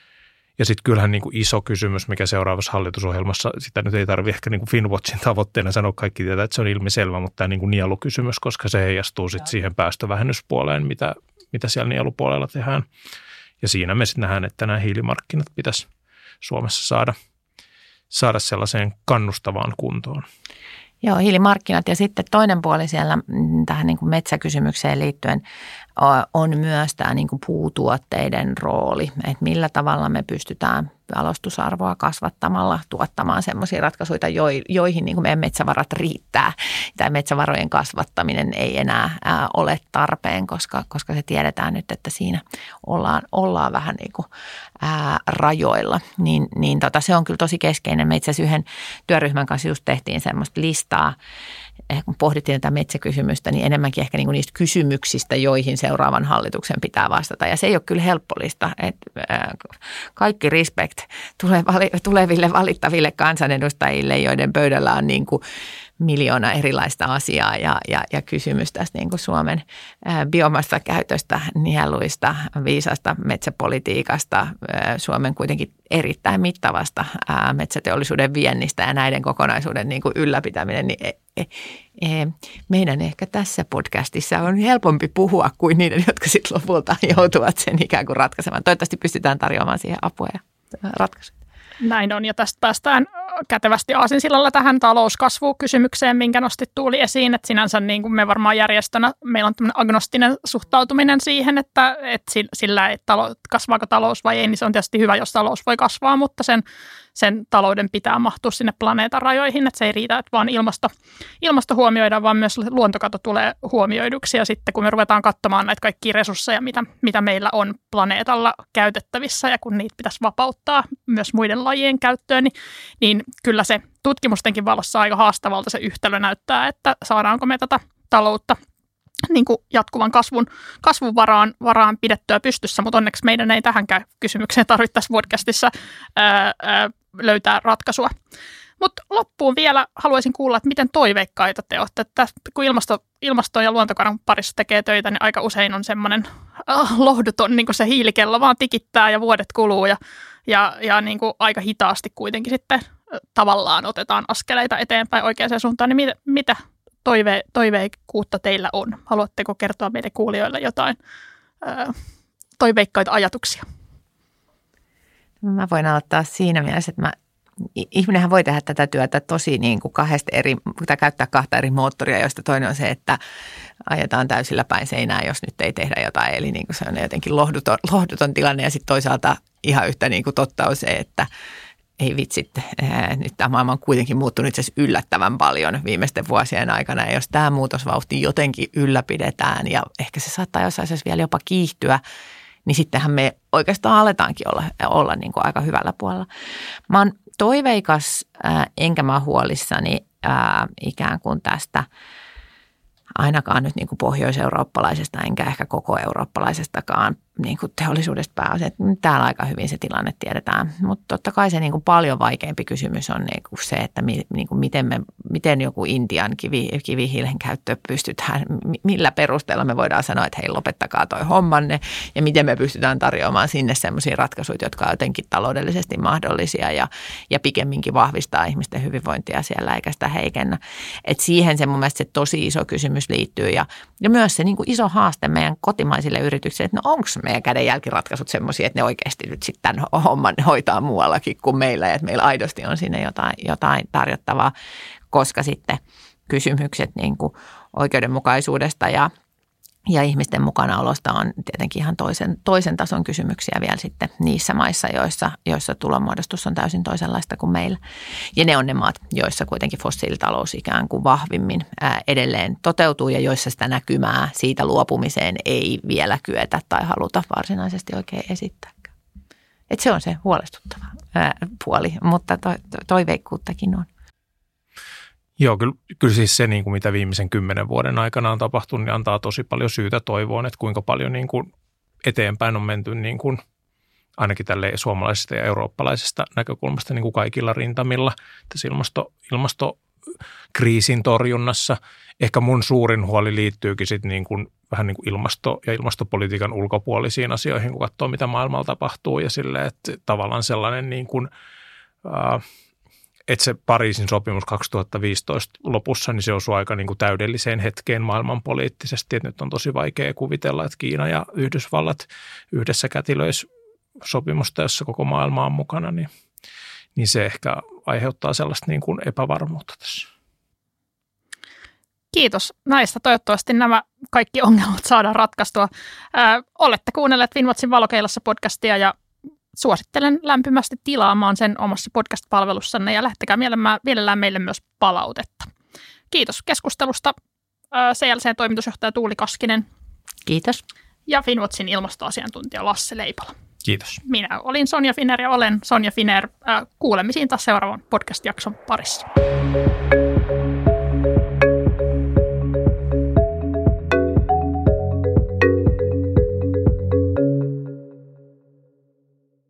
Ja sitten kyllähän niin kuin iso kysymys, mikä seuraavassa hallitusohjelmassa, sitä nyt ei tarvitse ehkä niin kuin Finnwatchin tavoitteena sanoa, kaikki tietää, että se on ilmiselvä, mutta tämä niin kuin nielukysymys, koska se heijastuu sitten siihen päästövähennyspuoleen, mitä, mitä siellä nielupuolella tehdään. Ja siinä me sitten nähdään, että nämä hiilimarkkinat pitäisi Suomessa saada, saada sellaiseen kannustavaan kuntoon. Joo, hiilimarkkinat ja sitten toinen puoli siellä tähän niin kuin metsäkysymykseen liittyen on myös tämä niin kuin puutuotteiden rooli, että millä tavalla me pystytään jalostusarvoa kasvattamalla tuottamaan semmoisia ratkaisuja, joihin niin kuin meidän metsävarat riittää. Tai metsävarojen kasvattaminen ei enää ole tarpeen, koska, koska se tiedetään nyt, että siinä ollaan, ollaan vähän niin kuin ää, rajoilla. Niin, niin tota, se on kyllä tosi keskeinen. Me itse asiassa yhden työryhmän kanssa just tehtiin semmoista listaa, kun pohdittiin tätä metsäkysymystä, niin enemmänkin ehkä niinku niistä kysymyksistä, joihin seuraavan hallituksen pitää vastata. Ja se ei ole kyllä helppo lista. Että kaikki respect tuleville valittaville kansanedustajille, joiden pöydällä on niin kuin miljoona erilaista asiaa ja, ja, ja kysymys tästä niin kuin Suomen biomassa-käytöstä, nieluista, viisasta metsäpolitiikasta, Suomen kuitenkin erittäin mittavasta metsäteollisuuden viennistä ja näiden kokonaisuuden niin kuin ylläpitäminen, niin e, e, meidän ehkä tässä podcastissa on helpompi puhua kuin niiden, jotka sitten lopulta joutuvat sen ikään kuin ratkaisemaan. Toivottavasti pystytään tarjoamaan siihen apua ja ratkaisuja. Näin on, ja tästä päästään kätevästi aasinsillalla tähän talouskasvukysymykseen, minkä nostit Tuuli esiin, että sinänsä niin kuin me varmaan järjestönä, meillä on tämmöinen agnostinen suhtautuminen siihen, että, että sillä, että kasvaako talous vai ei, niin se on tietysti hyvä, jos talous voi kasvaa, mutta sen, sen talouden pitää mahtua sinne planeetan rajoihin, että se ei riitä, että vaan ilmasto, ilmasto huomioidaan, vaan myös luontokato tulee huomioiduksi, ja sitten kun me ruvetaan katsomaan näitä kaikkia resursseja, mitä, mitä meillä on planeetalla käytettävissä, ja kun niitä pitäisi vapauttaa myös muiden lajien käyttöön, niin, niin kyllä se tutkimustenkin valossa aika haastavalta se yhtälö näyttää, että saadaanko me tätä taloutta niin kuin jatkuvan kasvun, kasvun varaan, varaan pidettyä pystyssä, mutta onneksi meidän ei tähänkään kysymykseen tarvitse tässä podcastissa ää, ää, löytää ratkaisua. Mutta loppuun vielä haluaisin kuulla, että miten toiveikkaita te olette. Että kun ilmasto, ilmasto- ja luontokadon parissa tekee töitä, niin aika usein on semmoinen äh, lohduton, niin kuin se hiilikello vaan tikittää ja vuodet kuluu ja, ja, ja niin kuin aika hitaasti kuitenkin sitten äh, tavallaan otetaan askeleita eteenpäin oikeaan suuntaan. Niin mitä, mitä toive, toiveikkuutta teillä on? Haluatteko kertoa meidän kuulijoille jotain äh, toiveikkaita ajatuksia? Mä voin aloittaa siinä mielessä, että mä ihminenhän voi tehdä tätä työtä tosi niin kuin kahdesta eri, tai käyttää kahta eri moottoria, joista toinen on se, että ajetaan täysillä päin seinään, jos nyt ei tehdä jotain. Eli niin kuin se on jotenkin lohduton, lohduton tilanne ja sitten toisaalta ihan yhtä niin kuin totta on se, että ei vitsit, ää, nyt tämä maailma on kuitenkin muuttunut itse asiassa yllättävän paljon viimeisten vuosien aikana. Ja jos tämä muutosvauhti jotenkin ylläpidetään ja ehkä se saattaa jossain asiassa vielä jopa kiihtyä, niin sittenhän me oikeastaan aletaankin olla, olla niin kuin aika hyvällä puolella. Mä oon toiveikas, äh, enkä mä huolissani äh, ikään kuin tästä ainakaan nyt niin kuin pohjois-eurooppalaisesta, enkä ehkä koko eurooppalaisestakaan niin kuin teollisuudesta pääosin. Täällä aika hyvin se tilanne tiedetään, mutta totta kai se niin kuin paljon vaikeampi kysymys on niin kuin se, että mi, niin kuin miten, me, miten joku Intian kivi, kivihiilen käyttö pystytään, millä perusteella me voidaan sanoa, että hei lopettakaa toi hommanne ja miten me pystytään tarjoamaan sinne sellaisia ratkaisuja, jotka on jotenkin taloudellisesti mahdollisia ja, ja pikemminkin vahvistaa ihmisten hyvinvointia siellä eikä sitä heikennä. Et siihen se mun mielestä se tosi iso kysymys liittyy ja, ja myös se niin kuin iso haaste meidän kotimaisille yrityksille, että no onko meidän kädenjälkiratkaisut semmoisia, että ne oikeasti nyt sitten tämän homman hoitaa muuallakin kuin meillä ja että meillä aidosti on sinne jotain, jotain tarjottavaa, koska sitten kysymykset niin kuin oikeudenmukaisuudesta ja, ja ihmisten mukanaolosta on tietenkin ihan toisen, toisen tason kysymyksiä vielä sitten niissä maissa, joissa, joissa tulonmuodostus on täysin toisenlaista kuin meillä. Ja ne on ne maat, joissa kuitenkin fossiilitalous ikään kuin vahvimmin ää, edelleen toteutuu ja joissa sitä näkymää siitä luopumiseen ei vielä kyetä tai haluta varsinaisesti oikein esittääkään. Et se on se huolestuttava ää, puoli, mutta to, to, toiveikkuuttakin on. Joo, kyllä, kyllä siis se, niin kuin mitä viimeisen kymmenen vuoden aikana on tapahtunut, niin antaa tosi paljon syytä toivoon, että kuinka paljon niin kuin eteenpäin on menty niin kuin ainakin tälle suomalaisesta ja eurooppalaisesta näkökulmasta niin kuin kaikilla rintamilla tässä ilmasto, ilmastokriisin torjunnassa. Ehkä mun suurin huoli liittyykin sitten niin kuin vähän niin kuin ilmasto- ja ilmastopolitiikan ulkopuolisiin asioihin, kun katsoo mitä maailmalla tapahtuu ja silleen, että tavallaan sellainen niin kuin äh, että se Pariisin sopimus kaksituhattaviisitoista lopussa, niin se osui aika niin kuin täydelliseen hetkeen maailmanpoliittisesti. Että nyt on tosi vaikea kuvitella, että Kiina ja Yhdysvallat yhdessä kätilöisi sopimusta, jossa koko maailma on mukana, niin, niin se ehkä aiheuttaa sellaista niin kuin epävarmuutta tässä. Kiitos näistä. Toivottavasti nämä kaikki ongelmat saadaan ratkaistua. Ö, olette kuunnelleet Finnwatchin Valokeilassa podcastia ja suosittelen lämpimästi tilaamaan sen omassa podcast-palvelussanne ja lähettäkää mielellään meille myös palautetta. Kiitos keskustelusta C L C:n toimitusjohtaja Tuuli Kaskinen. Kiitos. Ja Finnwatchin ilmastoasiantuntija Lasse Leipala. Kiitos. Minä olin Sonja Finner ja olen Sonja Finner. Kuulemisiin taas seuraavan podcast-jakson parissa.